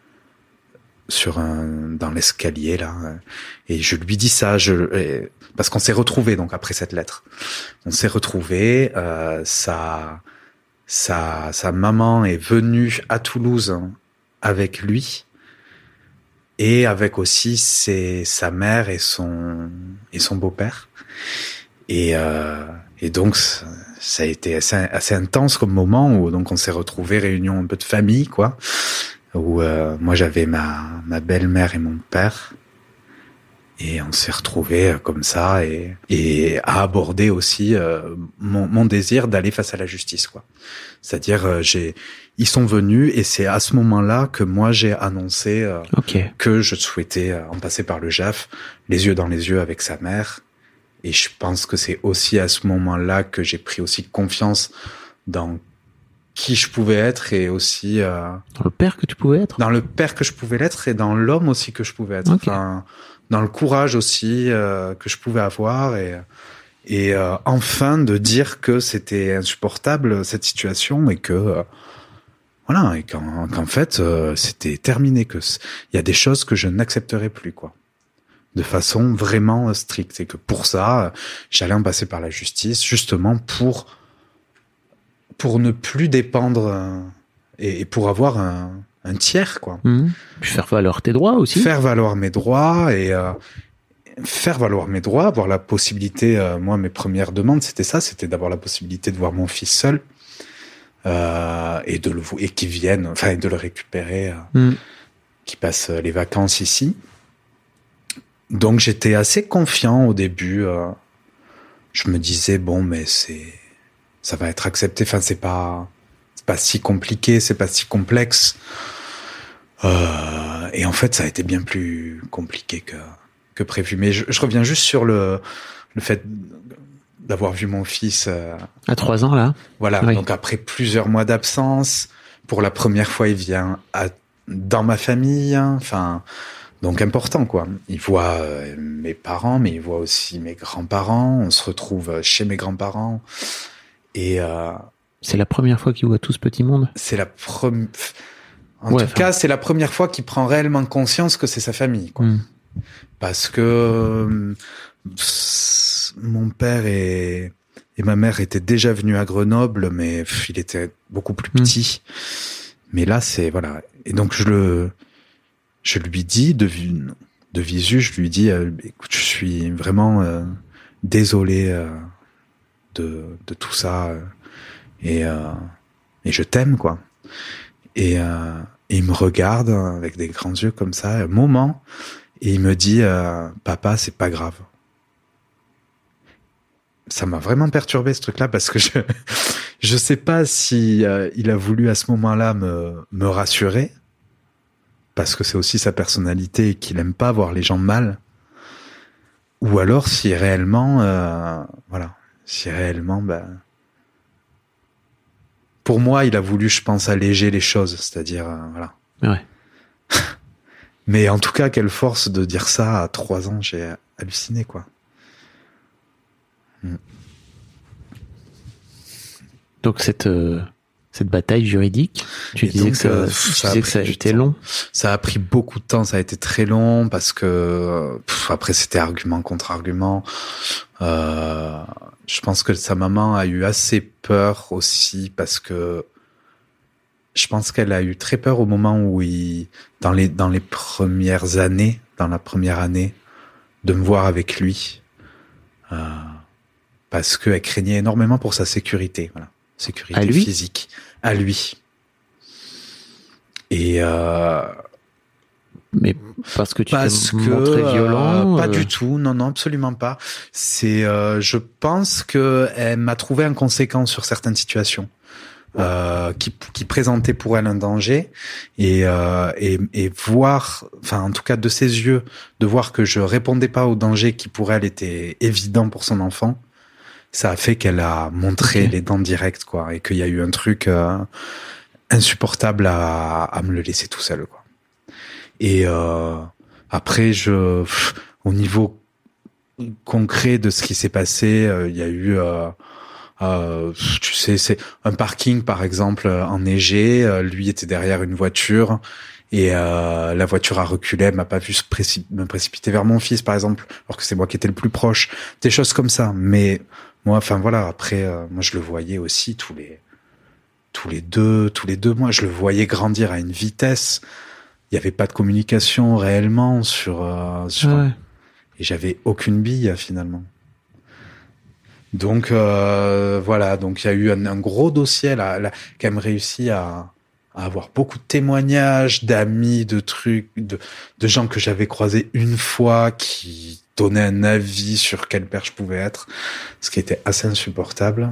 dans l'escalier là, et je lui dis ça, parce qu'on s'est retrouvés donc après cette lettre. On s'est retrouvés, sa maman est venue à Toulouse avec lui et avec aussi sa mère et son beau-père. Et donc ça a été assez intense comme moment où donc on s'est retrouvés, réunion un peu de famille quoi, où moi j'avais ma belle-mère et mon père. Et on s'est retrouvés comme ça et à aborder aussi mon désir d'aller face à la justice, quoi. C'est-à-dire ils sont venus et c'est à ce moment-là que moi j'ai annoncé que je souhaitais en passer par le JAF, les yeux dans les yeux avec sa mère. Et je pense que c'est aussi à ce moment-là que j'ai pris aussi confiance dans qui je pouvais être et aussi dans le père que tu pouvais être. Dans le père que je pouvais être et dans l'homme aussi que je pouvais être. Okay. Enfin, dans le courage aussi que je pouvais avoir et enfin de dire que c'était insupportable cette situation et que et qu'en fait c'était terminé, que il y a des choses que je n'accepterai plus, quoi, de façon vraiment stricte, et que pour ça j'allais en passer par la justice justement pour ne plus dépendre et pour avoir un tiers, quoi. Puis faire valoir tes droits aussi. Faire valoir mes droits avoir la possibilité, moi mes premières demandes c'était d'avoir la possibilité de voir mon fils seul et qu'il vienne, et de le récupérer, qu'il passe les vacances ici. Donc j'étais assez confiant au début, je me disais mais ça va être accepté, c'est pas si compliqué, c'est pas si complexe. Et en fait, ça a été bien plus compliqué que prévu. Mais je reviens juste sur le fait d'avoir vu mon fils à 3 ans là. Voilà. Oui. Donc après plusieurs mois d'absence, pour la première fois, il vient dans ma famille. Donc important, quoi. Il voit mes parents, mais il voit aussi mes grands-parents. On se retrouve chez mes grands-parents. Et c'est la première fois qu'il voit tout ce petit monde. C'est la première. En tout cas, c'est la première fois qu'il prend réellement conscience que c'est sa famille, quoi. Parce que mon père et ma mère étaient déjà venus à Grenoble, mais il était beaucoup plus petit. Mais là, Et donc je lui dis de visu, je lui dis, écoute, je suis vraiment désolé de tout ça et je t'aime, quoi. Et il me regarde avec des grands yeux comme ça, un moment, et il me dit, papa, c'est pas grave. Ça m'a vraiment perturbé, ce truc-là, parce que je sais pas si il a voulu à ce moment-là me rassurer, parce que c'est aussi sa personnalité et qu'il aime pas voir les gens mal, ou alors si réellement, pour moi, il a voulu, je pense, alléger les choses, c'est-à-dire, Ouais. Mais en tout cas, quelle force de dire ça à 3 ans, j'ai halluciné, quoi. Donc cette bataille juridique, tu disais que ça a été long. Ça a pris beaucoup de temps, ça a été très long parce que après c'était argument contre argument. Je pense que sa maman a eu assez peur aussi parce que je pense qu'elle a eu très peur au moment où dans les premières années, dans la première année, de me voir avec lui, parce qu'elle craignait énormément pour sa sécurité, voilà. Sécurité physique à lui. Et mais parce que tu t'es montré violent, pas du tout, non, absolument pas. C'est, je pense que elle m'a trouvé inconséquent sur certaines situations qui présentaient pour elle un danger et voir, enfin en tout cas de ses yeux, de voir que je répondais pas au danger qui pour elle était évident pour son enfant. Ça a fait qu'elle a montré les dents directes, quoi, et qu'il y a eu un truc insupportable à me le laisser tout seul, quoi. Et après, au niveau concret de ce qui s'est passé, il y a eu, tu sais, c'est un parking par exemple enneigé. Lui était derrière une voiture. Et la voiture a reculé, elle m'a pas vu me précipiter vers mon fils, par exemple, alors que c'est moi qui étais le plus proche. Des choses comme ça. Mais moi, enfin voilà, après, moi je le voyais aussi tous les 2 mois, je le voyais grandir à une vitesse. Il y avait pas de communication réellement sur et j'avais aucune bille finalement. Donc voilà, donc il y a eu un gros dossier là, quand même réussi à avoir beaucoup de témoignages d'amis, de trucs, de gens que j'avais croisés une fois qui donnaient un avis sur quel père je pouvais être, ce qui était assez insupportable.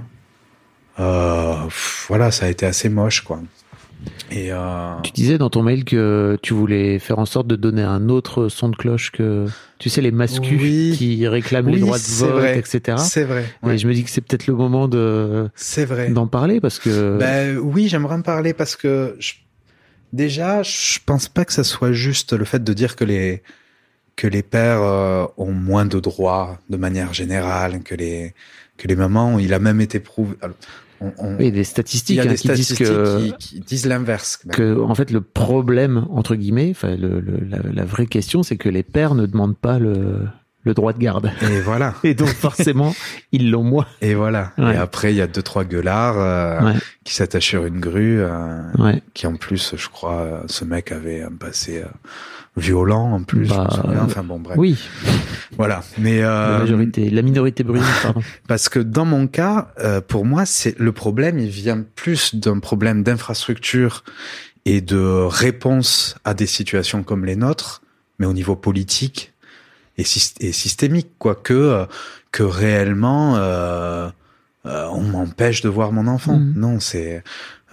Voilà, ça a été assez moche, quoi. Et tu disais dans ton mail que tu voulais faire en sorte de donner un autre son de cloche que, tu sais, les mascus qui réclament les droits de vote, etc. C'est vrai. Ouais. Et je me dis que c'est peut-être le moment d'en parler parce que... oui, j'aimerais en parler parce que déjà, je pense pas que ça soit juste le fait de dire que les pères ont moins de droits de manière générale que les mamans. Il a même été prouvé. Il y a des statistiques, qui disent l'inverse. Que, en fait, le problème, entre guillemets, enfin, la vraie question, c'est que les pères ne demandent pas le droit de garde. Et voilà. Et donc, forcément, ils l'ont moins. Et voilà. Ouais. Et après, il y a 2-3 gueulards qui s'attachent sur une grue, qui en plus, je crois, ce mec avait un passé violent en plus. Enfin bon, bref. Oui. Voilà. Mais la minorité brune, pardon. Parce que dans mon cas, pour moi, c'est le problème. Il vient plus d'un problème d'infrastructure et de réponse à des situations comme les nôtres, mais au niveau politique et systémique, quoi, que réellement on m'empêche de voir mon enfant. Non, c'est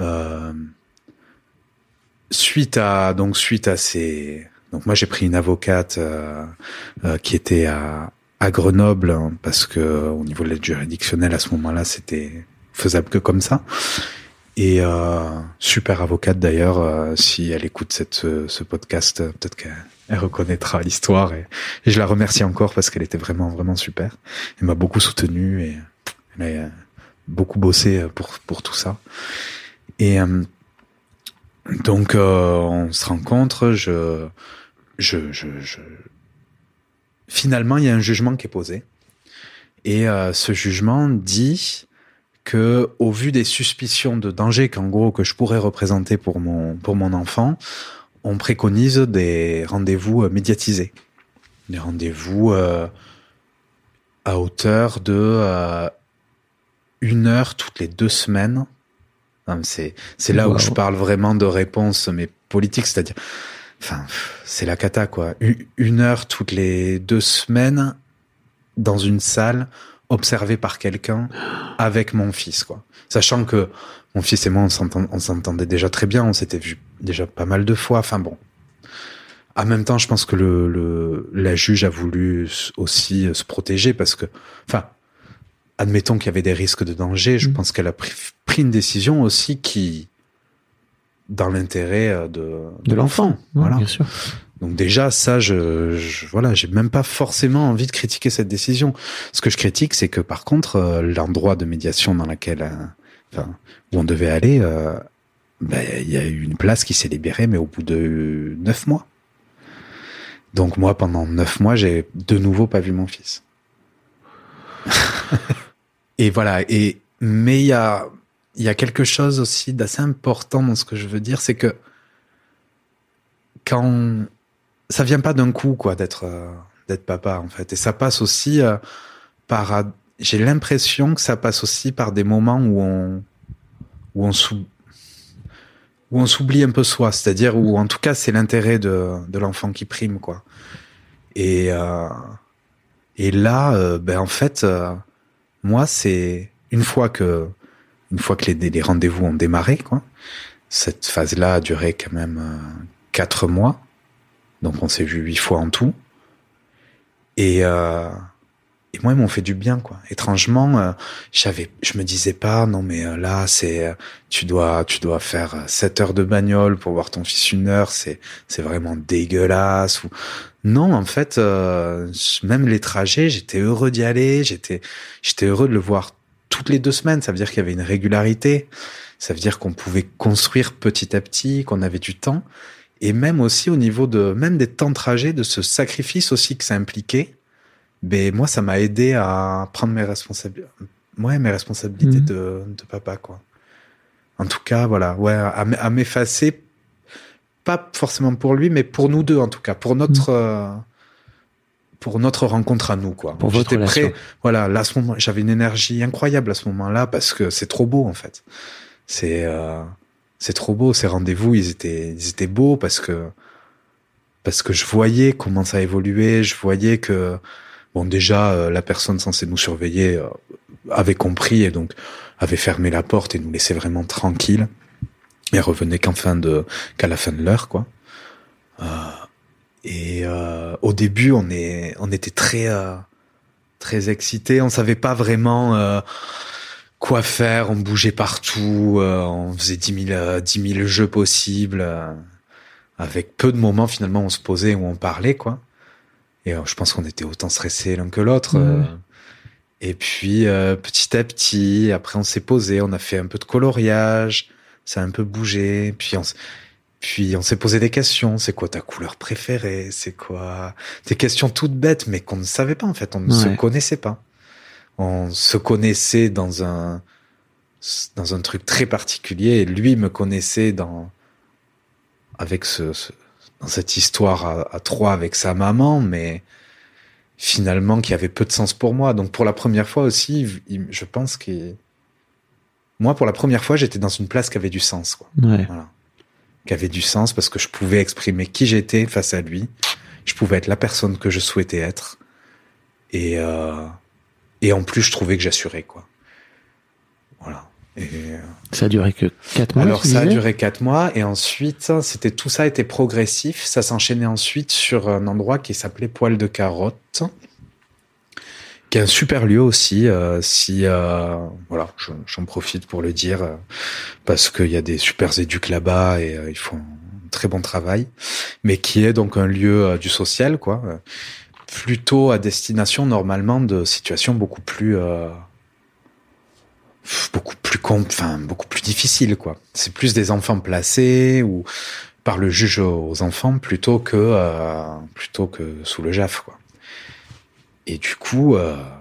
suite à ces. Donc moi j'ai pris une avocate qui était à Grenoble, hein, parce que au niveau de l'aide juridictionnelle à ce moment-là c'était faisable que comme ça. Et super avocate d'ailleurs, si elle écoute ce podcast, peut-être qu'elle reconnaîtra l'histoire et je la remercie encore parce qu'elle était vraiment vraiment super. Elle m'a beaucoup soutenu et elle a beaucoup bossé pour tout ça. Et donc on se rencontre, finalement, il y a un jugement qui est posé. Et ce jugement dit que, au vu des suspicions de danger que je pourrais représenter pour mon enfant, on préconise des rendez-vous médiatisés. Des rendez-vous à hauteur de 1 heure toutes les 2 semaines. C'est là où je parle vraiment de réponse, mais politique, c'est-à-dire... Enfin, c'est la cata, quoi. 1 heure toutes les 2 semaines dans une salle, observée par quelqu'un avec mon fils, quoi. Sachant que mon fils et moi, on s'entendait déjà très bien, on s'était vu déjà pas mal de fois. Enfin bon. En même temps, je pense que la juge a voulu aussi se protéger parce que, enfin, admettons qu'il y avait des risques de danger, je pense qu'elle a pris une décision aussi qui dans l'intérêt de l'enfant. Voilà. Bien sûr. Donc déjà, ça, voilà, j'ai même pas forcément envie de critiquer cette décision. Ce que je critique, c'est que par contre, l'endroit de médiation dans laquelle, où on devait aller, y a eu une place qui s'est libérée, mais au bout de 9 mois. Donc moi, pendant 9 mois, j'ai de nouveau pas vu mon fils. Et voilà. Mais il y a quelque chose aussi d'assez important dans ce que je veux dire, c'est que quand ça vient pas d'un coup, quoi, d'être papa, en fait. Et ça passe aussi j'ai l'impression que ça passe aussi par des moments où on s'oublie un peu soi, c'est-à-dire où, en tout cas, c'est l'intérêt de l'enfant qui prime, quoi. Et là, en fait, moi, c'est une fois que les rendez-vous ont démarré, quoi. Cette phase-là a duré quand même 4 mois. Donc on s'est vu 8 fois en tout. Et moi, ils m'ont fait du bien, quoi. Étrangement, je me disais pas, non mais là, tu dois faire 7 heures de bagnole pour voir ton fils 1 heure, c'est vraiment dégueulasse. Non, en fait, même les trajets, j'étais heureux d'y aller, j'étais heureux de le voir toutes les 2 semaines. Ça veut dire qu'il y avait une régularité. Ça veut dire qu'on pouvait construire petit à petit, qu'on avait du temps. Et même aussi au niveau même des temps de trajet, de ce sacrifice aussi que ça impliquait, moi, ça m'a aidé à prendre mes responsabilités de papa, quoi. En tout cas, voilà, ouais, à m'effacer, pas forcément pour lui, mais pour nous deux, en tout cas, pour notre rencontre à nous, quoi. Pour votre relation. Prêt, voilà, là, à ce moment, j'avais une énergie incroyable à ce moment-là, parce que c'est trop beau, en fait. C'est trop beau, ces rendez-vous, ils étaient beaux parce que je voyais comment ça évoluait, je voyais que, bon, déjà, la personne censée nous surveiller avait compris et donc avait fermé la porte et nous laissait vraiment tranquilles et revenait qu'à la fin de l'heure, quoi. Au début, on était très excités, on savait pas vraiment quoi faire, on bougeait partout, on faisait 10 000 jeux possibles, avec peu de moments finalement où on se posait, où on parlait, quoi. Et je pense qu'on était autant stressés l'un que l'autre. Et puis petit à petit, après on s'est posé, on a fait un peu de coloriage, ça a un peu bougé, puis on s'est posé des questions. C'est quoi ta couleur préférée? C'est quoi? Des questions toutes bêtes, mais qu'on ne savait pas en fait, on ne se connaissait pas. On se connaissait dans un truc très particulier et lui me connaissait dans cette histoire à 3 avec sa maman, mais finalement qui avait peu de sens pour moi. Donc pour la première fois aussi, je pense moi pour la première fois j'étais dans une place qui avait du sens, quoi. Ouais. Voilà. Qui avait du sens parce que je pouvais exprimer qui j'étais face à lui, je pouvais être la personne que je souhaitais être et en plus je trouvais que j'assurais, quoi. Voilà. Et ça a duré que 4 mois. Alors ça a duré 4 mois et ensuite tout ça était progressif. Ça s'enchaînait ensuite sur un endroit qui s'appelait Poil de Carotte, qui est un super lieu aussi. Voilà, j'en profite pour le dire parce qu'il y a des super éduques là-bas et ils font un très bon travail, mais qui est donc un lieu du social, quoi. Plutôt à destination normalement de situations beaucoup plus difficiles, quoi. C'est plus des enfants placés ou par le juge aux enfants plutôt que sous le JAF, quoi. Et du coup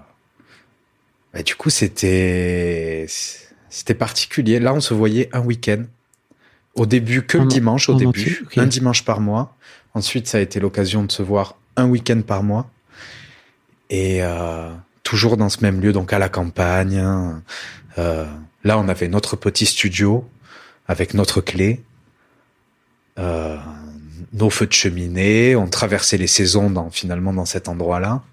c'était particulier. Là, on se voyait un week-end. Au début, que le dimanche, okay. Un dimanche par mois. Ensuite, ça a été l'occasion de se voir un week-end par mois. Et toujours dans ce même lieu, donc à la campagne. Là, on avait notre petit studio avec notre clé, nos feux de cheminée. On traversait les saisons finalement dans cet endroit-là.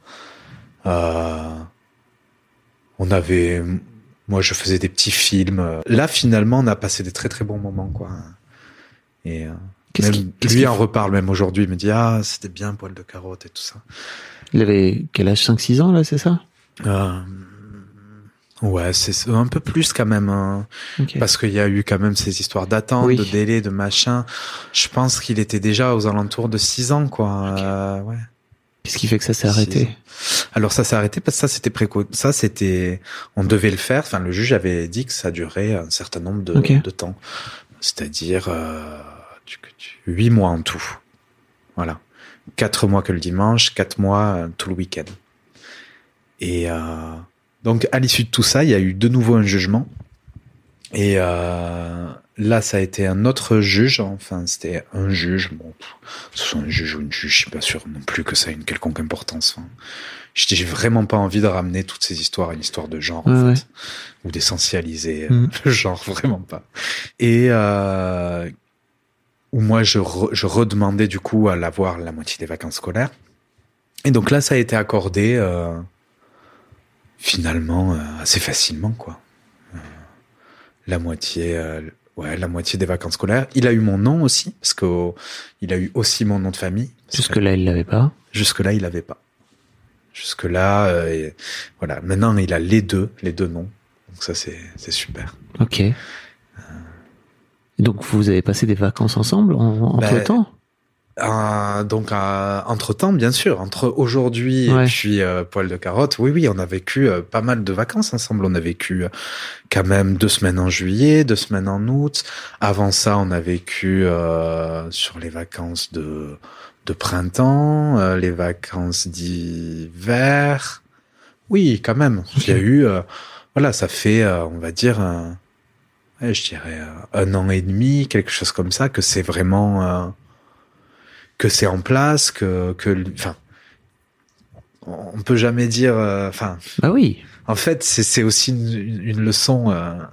Moi, je faisais des petits films. Là, finalement, on a passé des très très bons moments, quoi. Et lui en reparle même aujourd'hui. Il me dit c'était bien Poil de Carotte et tout ça. Il avait quel âge? 5-6 ans là, c'est ça? Ouais, c'est un peu plus quand même, hein, Ok. parce qu'il y a eu quand même ces histoires d'attente, Oui. de délai, de machin. Je pense qu'il était déjà aux alentours de 6 ans, quoi. Ok. Ouais. Qu'est-ce qui fait que ça s'est 6 arrêté? ans. Alors ça s'est arrêté parce que ça c'était, on devait le faire. Enfin, le juge avait dit que ça durait un certain nombre de temps, c'est-à-dire 8 mois en tout. Voilà, 4 mois que le dimanche, 4 mois tout le week-end. Et donc, à l'issue de tout ça, il y a eu de nouveau un jugement. Et là, ça a été un autre juge. Enfin, c'était un juge. Bon, ce soit un juge ou une juge, je suis pas sûr non plus que ça ait une quelconque importance. Enfin, j'ai vraiment pas envie de ramener toutes ces histoires à une histoire de genre, en fait, ou d'essentialiser le genre, vraiment pas. Et où moi, je redemandais du coup à l'avoir la moitié des vacances scolaires. Et donc là, ça a été accordé. Finalement assez facilement, quoi. La moitié des vacances scolaires. Il a eu mon nom aussi, parce que il a eu aussi mon nom de famille. Jusque-là, il l'avait pas. Jusque-là, il l'avait pas. Jusque-là, voilà. Maintenant, il a les deux noms. Donc ça, c'est super. Ok. Donc vous avez passé des vacances ensemble entre temps? Donc entre-temps, bien sûr, entre aujourd'hui et puis Poil de Carotte, oui, on a vécu pas mal de vacances ensemble. On a vécu quand même 2 semaines en juillet, 2 semaines en août. Avant ça, on a vécu sur les vacances de printemps, les vacances d'hiver. Oui, quand même. Il y a eu, voilà, ça fait, on va dire, je dirais 1 an et demi, quelque chose comme ça, que c'est vraiment... que c'est en place, enfin, on peut jamais dire, enfin. Bah oui. En fait, c'est aussi une leçon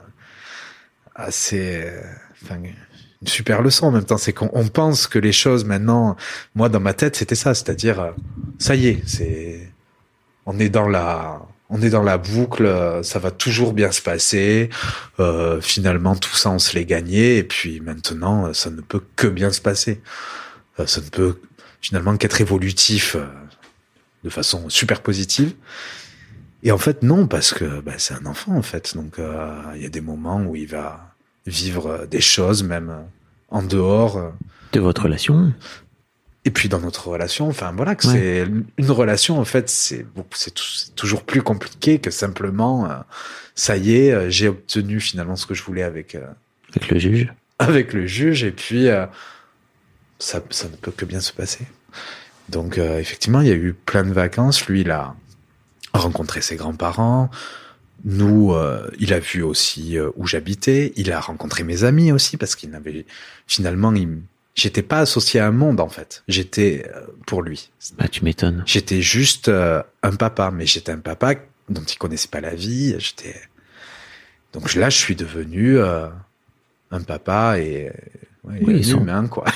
assez, enfin, une super leçon en même temps. C'est qu'on pense que les choses maintenant, moi dans ma tête, c'était ça, c'est-à-dire, ça y est, on est dans la boucle, ça va toujours bien se passer. Finalement, tout ça, on se l'est gagné, et puis maintenant, ça ne peut que bien se passer. Ça ne peut finalement qu'être évolutif de façon super positive. Et en fait, non, parce que c'est un enfant, en fait. Donc, il y a des moments où il va vivre des choses, même en dehors de votre relation. Et puis dans notre relation, enfin voilà, que c'est une relation, en fait, c'est toujours plus compliqué que simplement, ça y est, j'ai obtenu finalement ce que je voulais avec le juge. Avec le juge, et puis... ça ne peut que bien se passer. Donc, effectivement, il y a eu plein de vacances. Lui, il a rencontré ses grands-parents. Nous, il a vu aussi où j'habitais. Il a rencontré mes amis aussi, parce qu'il n'avait... Finalement, j'étais pas associé à un monde, en fait. J'étais pour lui. Bah, tu m'étonnes. J'étais juste un papa, mais j'étais un papa dont il connaissait pas la vie. Donc là, je suis devenu un papa et... oui, un humain, quoi.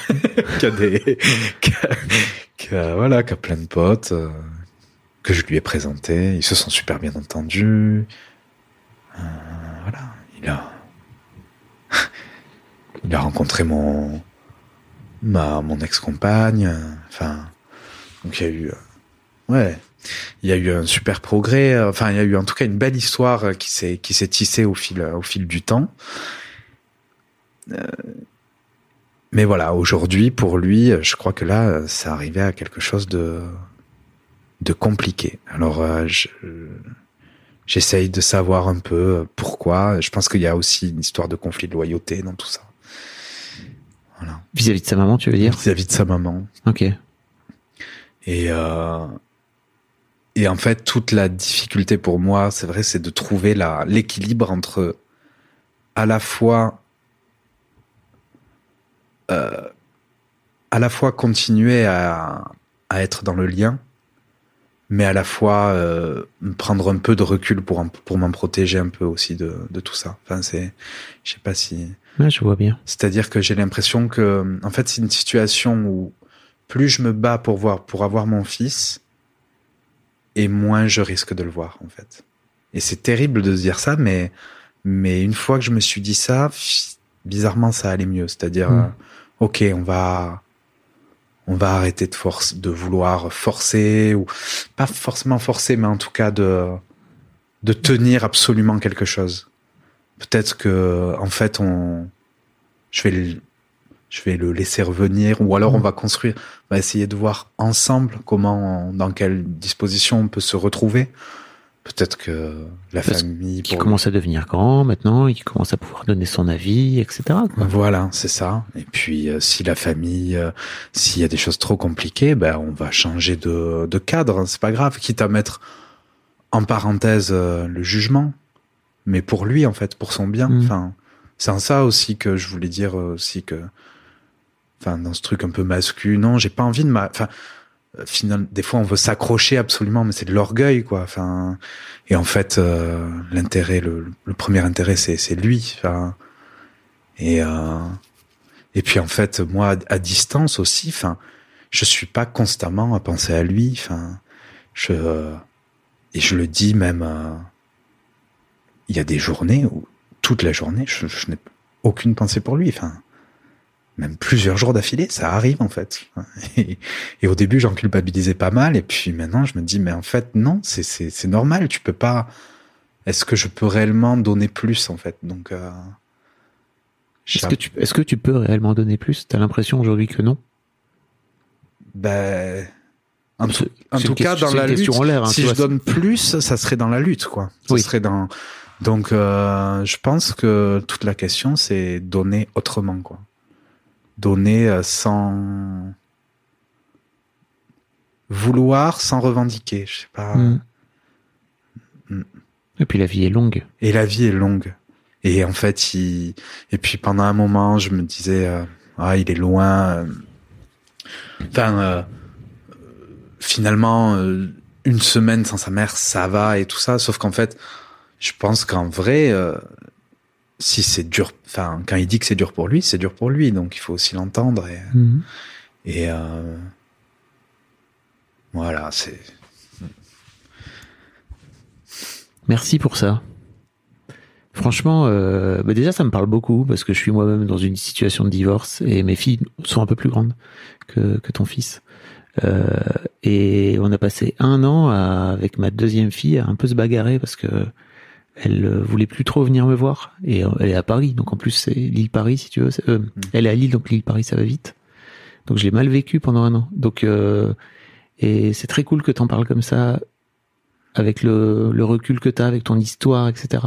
qui a plein de potes, que je lui ai présenté. Ils se sont super bien entendus. Voilà. Il a rencontré mon ex-compagne. Enfin, donc il y a eu un super progrès. Enfin, il y a eu en tout cas une belle histoire qui s'est tissée au fil du temps. Mais voilà, aujourd'hui, pour lui, je crois que là, ça arrivait à quelque chose de compliqué. Alors, j'essaye de savoir un peu pourquoi. Je pense qu'il y a aussi une histoire de conflit de loyauté dans tout ça. Voilà. Vis-à-vis de sa maman, tu veux dire? Vis-à-vis de sa maman. Ok. Et en fait, toute la difficulté pour moi, c'est vrai, c'est de trouver l'équilibre entre à la fois continuer à être dans le lien, mais à la fois prendre un peu de recul pour m'en protéger un peu aussi de tout ça. Enfin, je sais pas si... Ouais, je vois bien. C'est-à-dire que j'ai l'impression que, en fait, c'est une situation où plus je me bats pour avoir mon fils, et moins je risque de le voir, en fait. Et c'est terrible de se dire ça, mais une fois que je me suis dit ça, bizarrement, ça allait mieux. C'est-à-dire, ok, on va arrêter de vouloir forcer, ou pas forcément forcer, mais en tout cas de de tenir absolument quelque chose. Peut-être que, en fait, je vais le laisser revenir, ou alors on va construire, on va essayer de voir ensemble dans quelle disposition on peut se retrouver. Peut-être que la famille... Qui commence à devenir grand maintenant, il commence à pouvoir donner son avis, etc. quoi. Voilà, c'est ça. Et puis, si la famille, s'il y a des choses trop compliquées, on va changer de cadre. C'est pas grave, quitte à mettre en parenthèse le jugement. Mais pour lui, en fait, pour son bien. Enfin, c'est en ça aussi que je voulais dire aussi que... Enfin, dans ce truc un peu masculin, non, j'ai pas envie de finalement, des fois, on veut s'accrocher absolument, mais c'est de l'orgueil, quoi. Enfin, et en fait, l'intérêt, le premier intérêt, c'est lui. Enfin, et puis en fait, moi, à distance aussi, enfin, je suis pas constamment à penser à lui. Enfin, et je le dis même. Il y a des journées où toute la journée, je n'ai aucune pensée pour lui. Enfin. Même plusieurs jours d'affilée, ça arrive en fait. Et au début, j'en culpabilisais pas mal, et puis maintenant, je me dis, mais en fait, non, c'est normal, tu peux pas... Est-ce que je peux réellement donner plus, en fait? Donc, est-ce que tu peux réellement donner plus? T'as l'impression aujourd'hui que non? En tout cas, dans la lutte, si je donne plus, ça serait dans la lutte, quoi. Ça serait dans... Donc, je pense que toute la question, c'est donner autrement, quoi. Donner sans vouloir, sans revendiquer, je sais pas. Et puis la vie est longue. Et la vie est longue. Et en fait, et puis pendant un moment, je me disais, il est loin. Finalement, une semaine sans sa mère, ça va et tout ça. Sauf qu'en fait, je pense qu'en vrai, si c'est dur, enfin, quand il dit que c'est dur pour lui, c'est dur pour lui, donc il faut aussi l'entendre et voilà, c'est... Merci pour ça. Franchement, déjà ça me parle beaucoup parce que je suis moi-même dans une situation de divorce et mes filles sont un peu plus grandes que ton fils. Et on a passé 1 an avec ma deuxième fille à un peu se bagarrer parce que elle voulait plus trop venir me voir et elle est à Paris, donc en plus c'est Lille-Paris si tu veux. Elle est à Lille, donc Lille-Paris ça va vite. Donc je l'ai mal vécu pendant 1 an. Donc et c'est très cool que t'en parles comme ça, avec le recul que t'as, avec ton histoire, etc.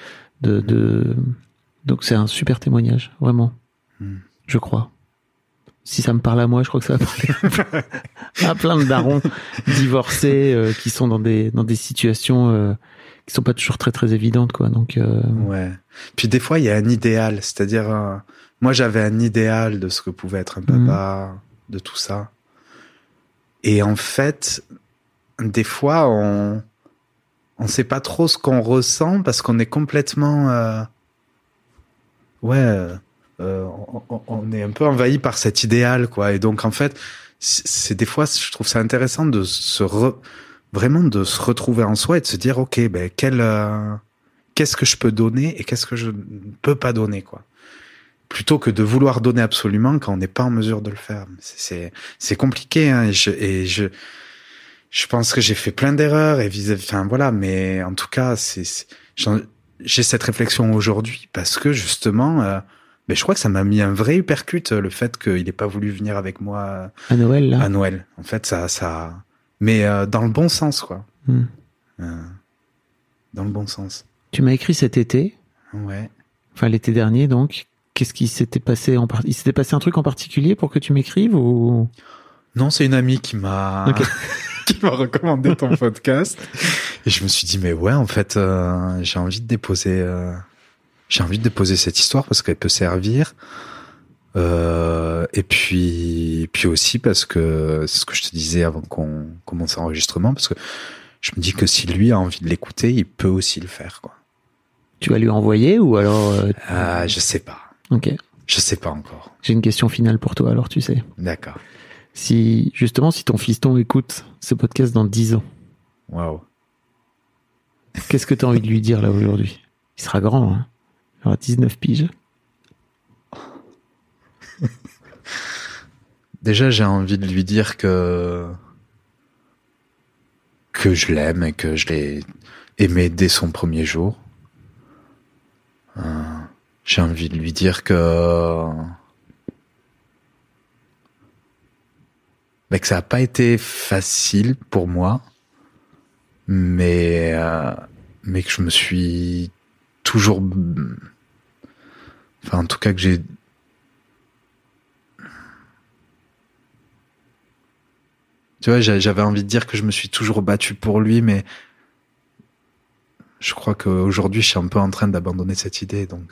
Donc c'est un super témoignage, vraiment. Je crois. Si ça me parle à moi, je crois que ça va parler à plein de darons divorcés qui sont dans des situations qui sont pas toujours très très évidentes, quoi. Donc ouais. Puis des fois il y a un idéal, c'est-à-dire moi j'avais un idéal de ce que pouvait être un papa, de tout ça. Et en fait, des fois on sait pas trop ce qu'on ressent parce qu'on est complètement on est un peu envahi par cet idéal, quoi. Et donc en fait, c'est des fois, je trouve ça intéressant de vraiment de se retrouver en soi et de se dire, ok, qu'est-ce que je peux donner et qu'est-ce que je ne peux pas donner, quoi. Plutôt que de vouloir donner absolument quand on n'est pas en mesure de le faire. C'est compliqué, hein. Et je pense que j'ai fait plein d'erreurs mais en tout cas, j'ai cette réflexion aujourd'hui parce que justement, je crois que ça m'a mis un vrai uppercut, le fait qu'il ait pas voulu venir avec moi à Noël, là. À Noël. En fait, ça, mais dans le bon sens, quoi. Dans le bon sens. Tu m'as écrit cet été. Ouais. Enfin, l'été dernier, donc. Qu'est-ce qui s'était passé il s'était passé un truc en particulier pour que tu m'écrives ou? Non, c'est une amie qui m'a qui m'a recommandé ton podcast et je me suis dit mais ouais, en fait j'ai envie de déposer cette histoire parce qu'elle peut servir et puis aussi parce que c'est ce que je te disais avant qu'on commence l'enregistrement, parce que je me dis que si lui a envie de l'écouter, il peut aussi le faire, quoi. Tu vas lui envoyer ou alors je sais pas. Ok. Je sais pas encore. J'ai une question finale pour toi, alors tu sais. D'accord. Si ton fiston écoute ce podcast dans 10 ans. Waouh. Qu'est-ce que tu as envie de lui dire là aujourd'hui? Il sera grand, hein. Il aura 19 piges. Déjà, j'ai envie de lui dire que je l'aime et que je l'ai aimé dès son premier jour. J'ai envie de lui dire que ça n'a pas été facile pour moi, mais que je me suis toujours... Enfin, en tout cas, que j'ai... Tu vois, j'avais envie de dire que je me suis toujours battu pour lui, mais je crois qu'aujourd'hui, je suis un peu en train d'abandonner cette idée, donc...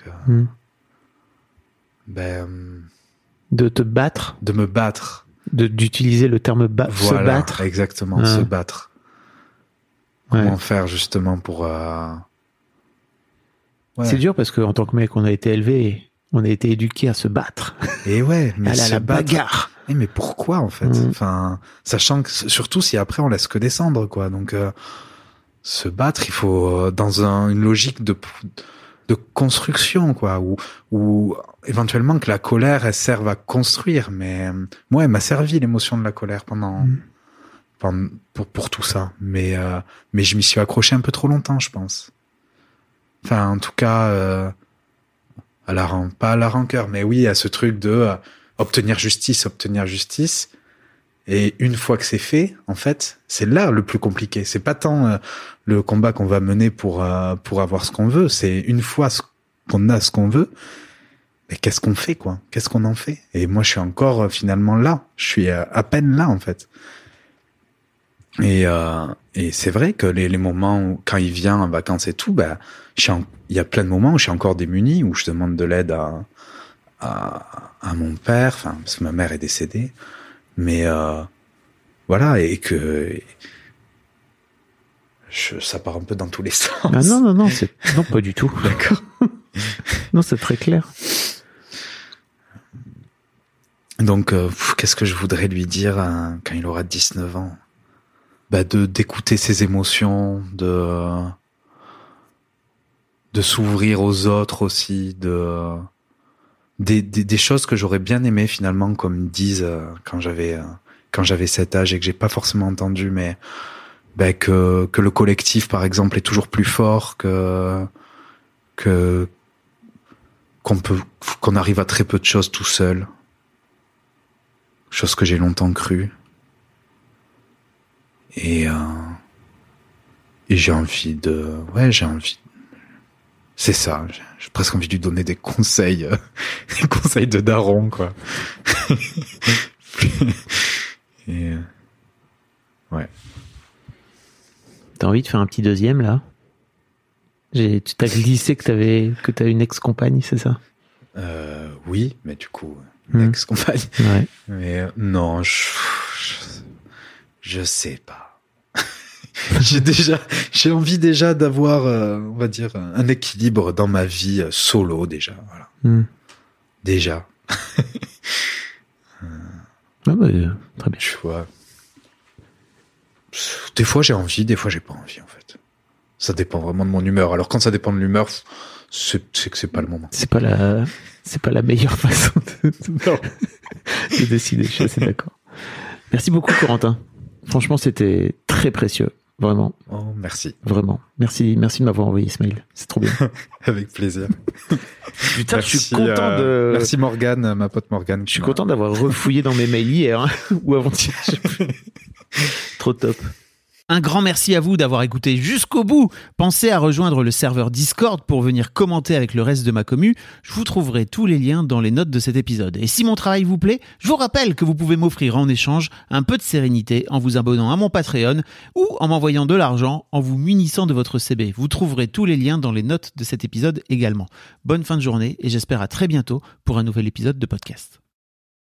De te battre. De me battre. D'utiliser le terme voilà, se battre. Exactement, se battre. Comment faire justement pour... Ouais. C'est dur parce qu'en tant que mec, on a été élevé, on a été éduqué à se battre. Et ouais, mais à la bagarre. Mais pourquoi en fait Enfin, sachant que surtout si après on laisse que descendre, quoi. Donc se battre, il faut dans une logique de construction, quoi, ou éventuellement que la colère elle serve à construire. Mais moi, elle m'a servi l'émotion de la colère pour tout ça. Mais je m'y suis accroché un peu trop longtemps, je pense. Enfin, en tout cas, pas à la rancœur, mais oui, à ce truc de obtenir justice. Et une fois que c'est fait, en fait, c'est là le plus compliqué. C'est pas tant le combat qu'on va mener pour avoir ce qu'on veut. C'est une fois qu'on a ce qu'on veut, mais qu'est-ce qu'on fait, quoi? Qu'est-ce qu'on en fait? Et moi, je suis encore finalement là. Je suis à peine là, en fait. Et c'est vrai que les moments où, quand il vient en vacances et tout, il y a plein de moments où je suis encore démuni, où je demande de l'aide à mon père, enfin, parce que ma mère est décédée. Mais voilà, et que ça part un peu dans tous les sens. Ah non, non, pas du tout. D'accord. Non, c'est très clair. Donc, qu'est-ce que je voudrais lui dire quand il aura 19 ans? D'écouter ses émotions, de s'ouvrir aux autres aussi, des choses que j'aurais bien aimé finalement, comme ils disent quand j'avais cet âge et que j'ai pas forcément entendu, mais que le collectif par exemple est toujours plus fort, qu'on arrive à très peu de choses tout seul, chose que j'ai longtemps cru, et j'ai envie c'est ça, j'ai presque envie de lui donner des conseils de daron, quoi. Et ouais. T'as envie de faire un petit deuxième, là? Tu t'as glissé que t'as une ex-compagne, c'est ça? Oui, mais du coup, une ex-compagne. Ouais. Mais non, je sais pas. J'ai envie déjà d'avoir, on va dire, un équilibre dans ma vie solo déjà. Voilà. Déjà. Très bien. Tu vois. Des fois j'ai envie, des fois j'ai pas envie en fait. Ça dépend vraiment de mon humeur. Alors quand ça dépend de l'humeur, c'est que c'est pas le moment. C'est pas la meilleure façon de décider. Je suis assez d'accord. Merci beaucoup, Corentin. Franchement, c'était très précieux. Vraiment. Oh, merci. Vraiment. Merci de m'avoir envoyé ce mail. C'est trop bien. Avec plaisir. Putain, je suis content de... Merci Morgane, ma pote Morgane. Je suis content d'avoir refouillé dans mes mails hier, ou avant-hier. Trop top. Un grand merci à vous d'avoir écouté jusqu'au bout. Pensez à rejoindre le serveur Discord pour venir commenter avec le reste de ma commu. Je vous trouverai tous les liens dans les notes de cet épisode. Et si mon travail vous plaît, je vous rappelle que vous pouvez m'offrir en échange un peu de sérénité en vous abonnant à mon Patreon ou en m'envoyant de l'argent en vous munissant de votre CB. Vous trouverez tous les liens dans les notes de cet épisode également. Bonne fin de journée et j'espère à très bientôt pour un nouvel épisode de podcast.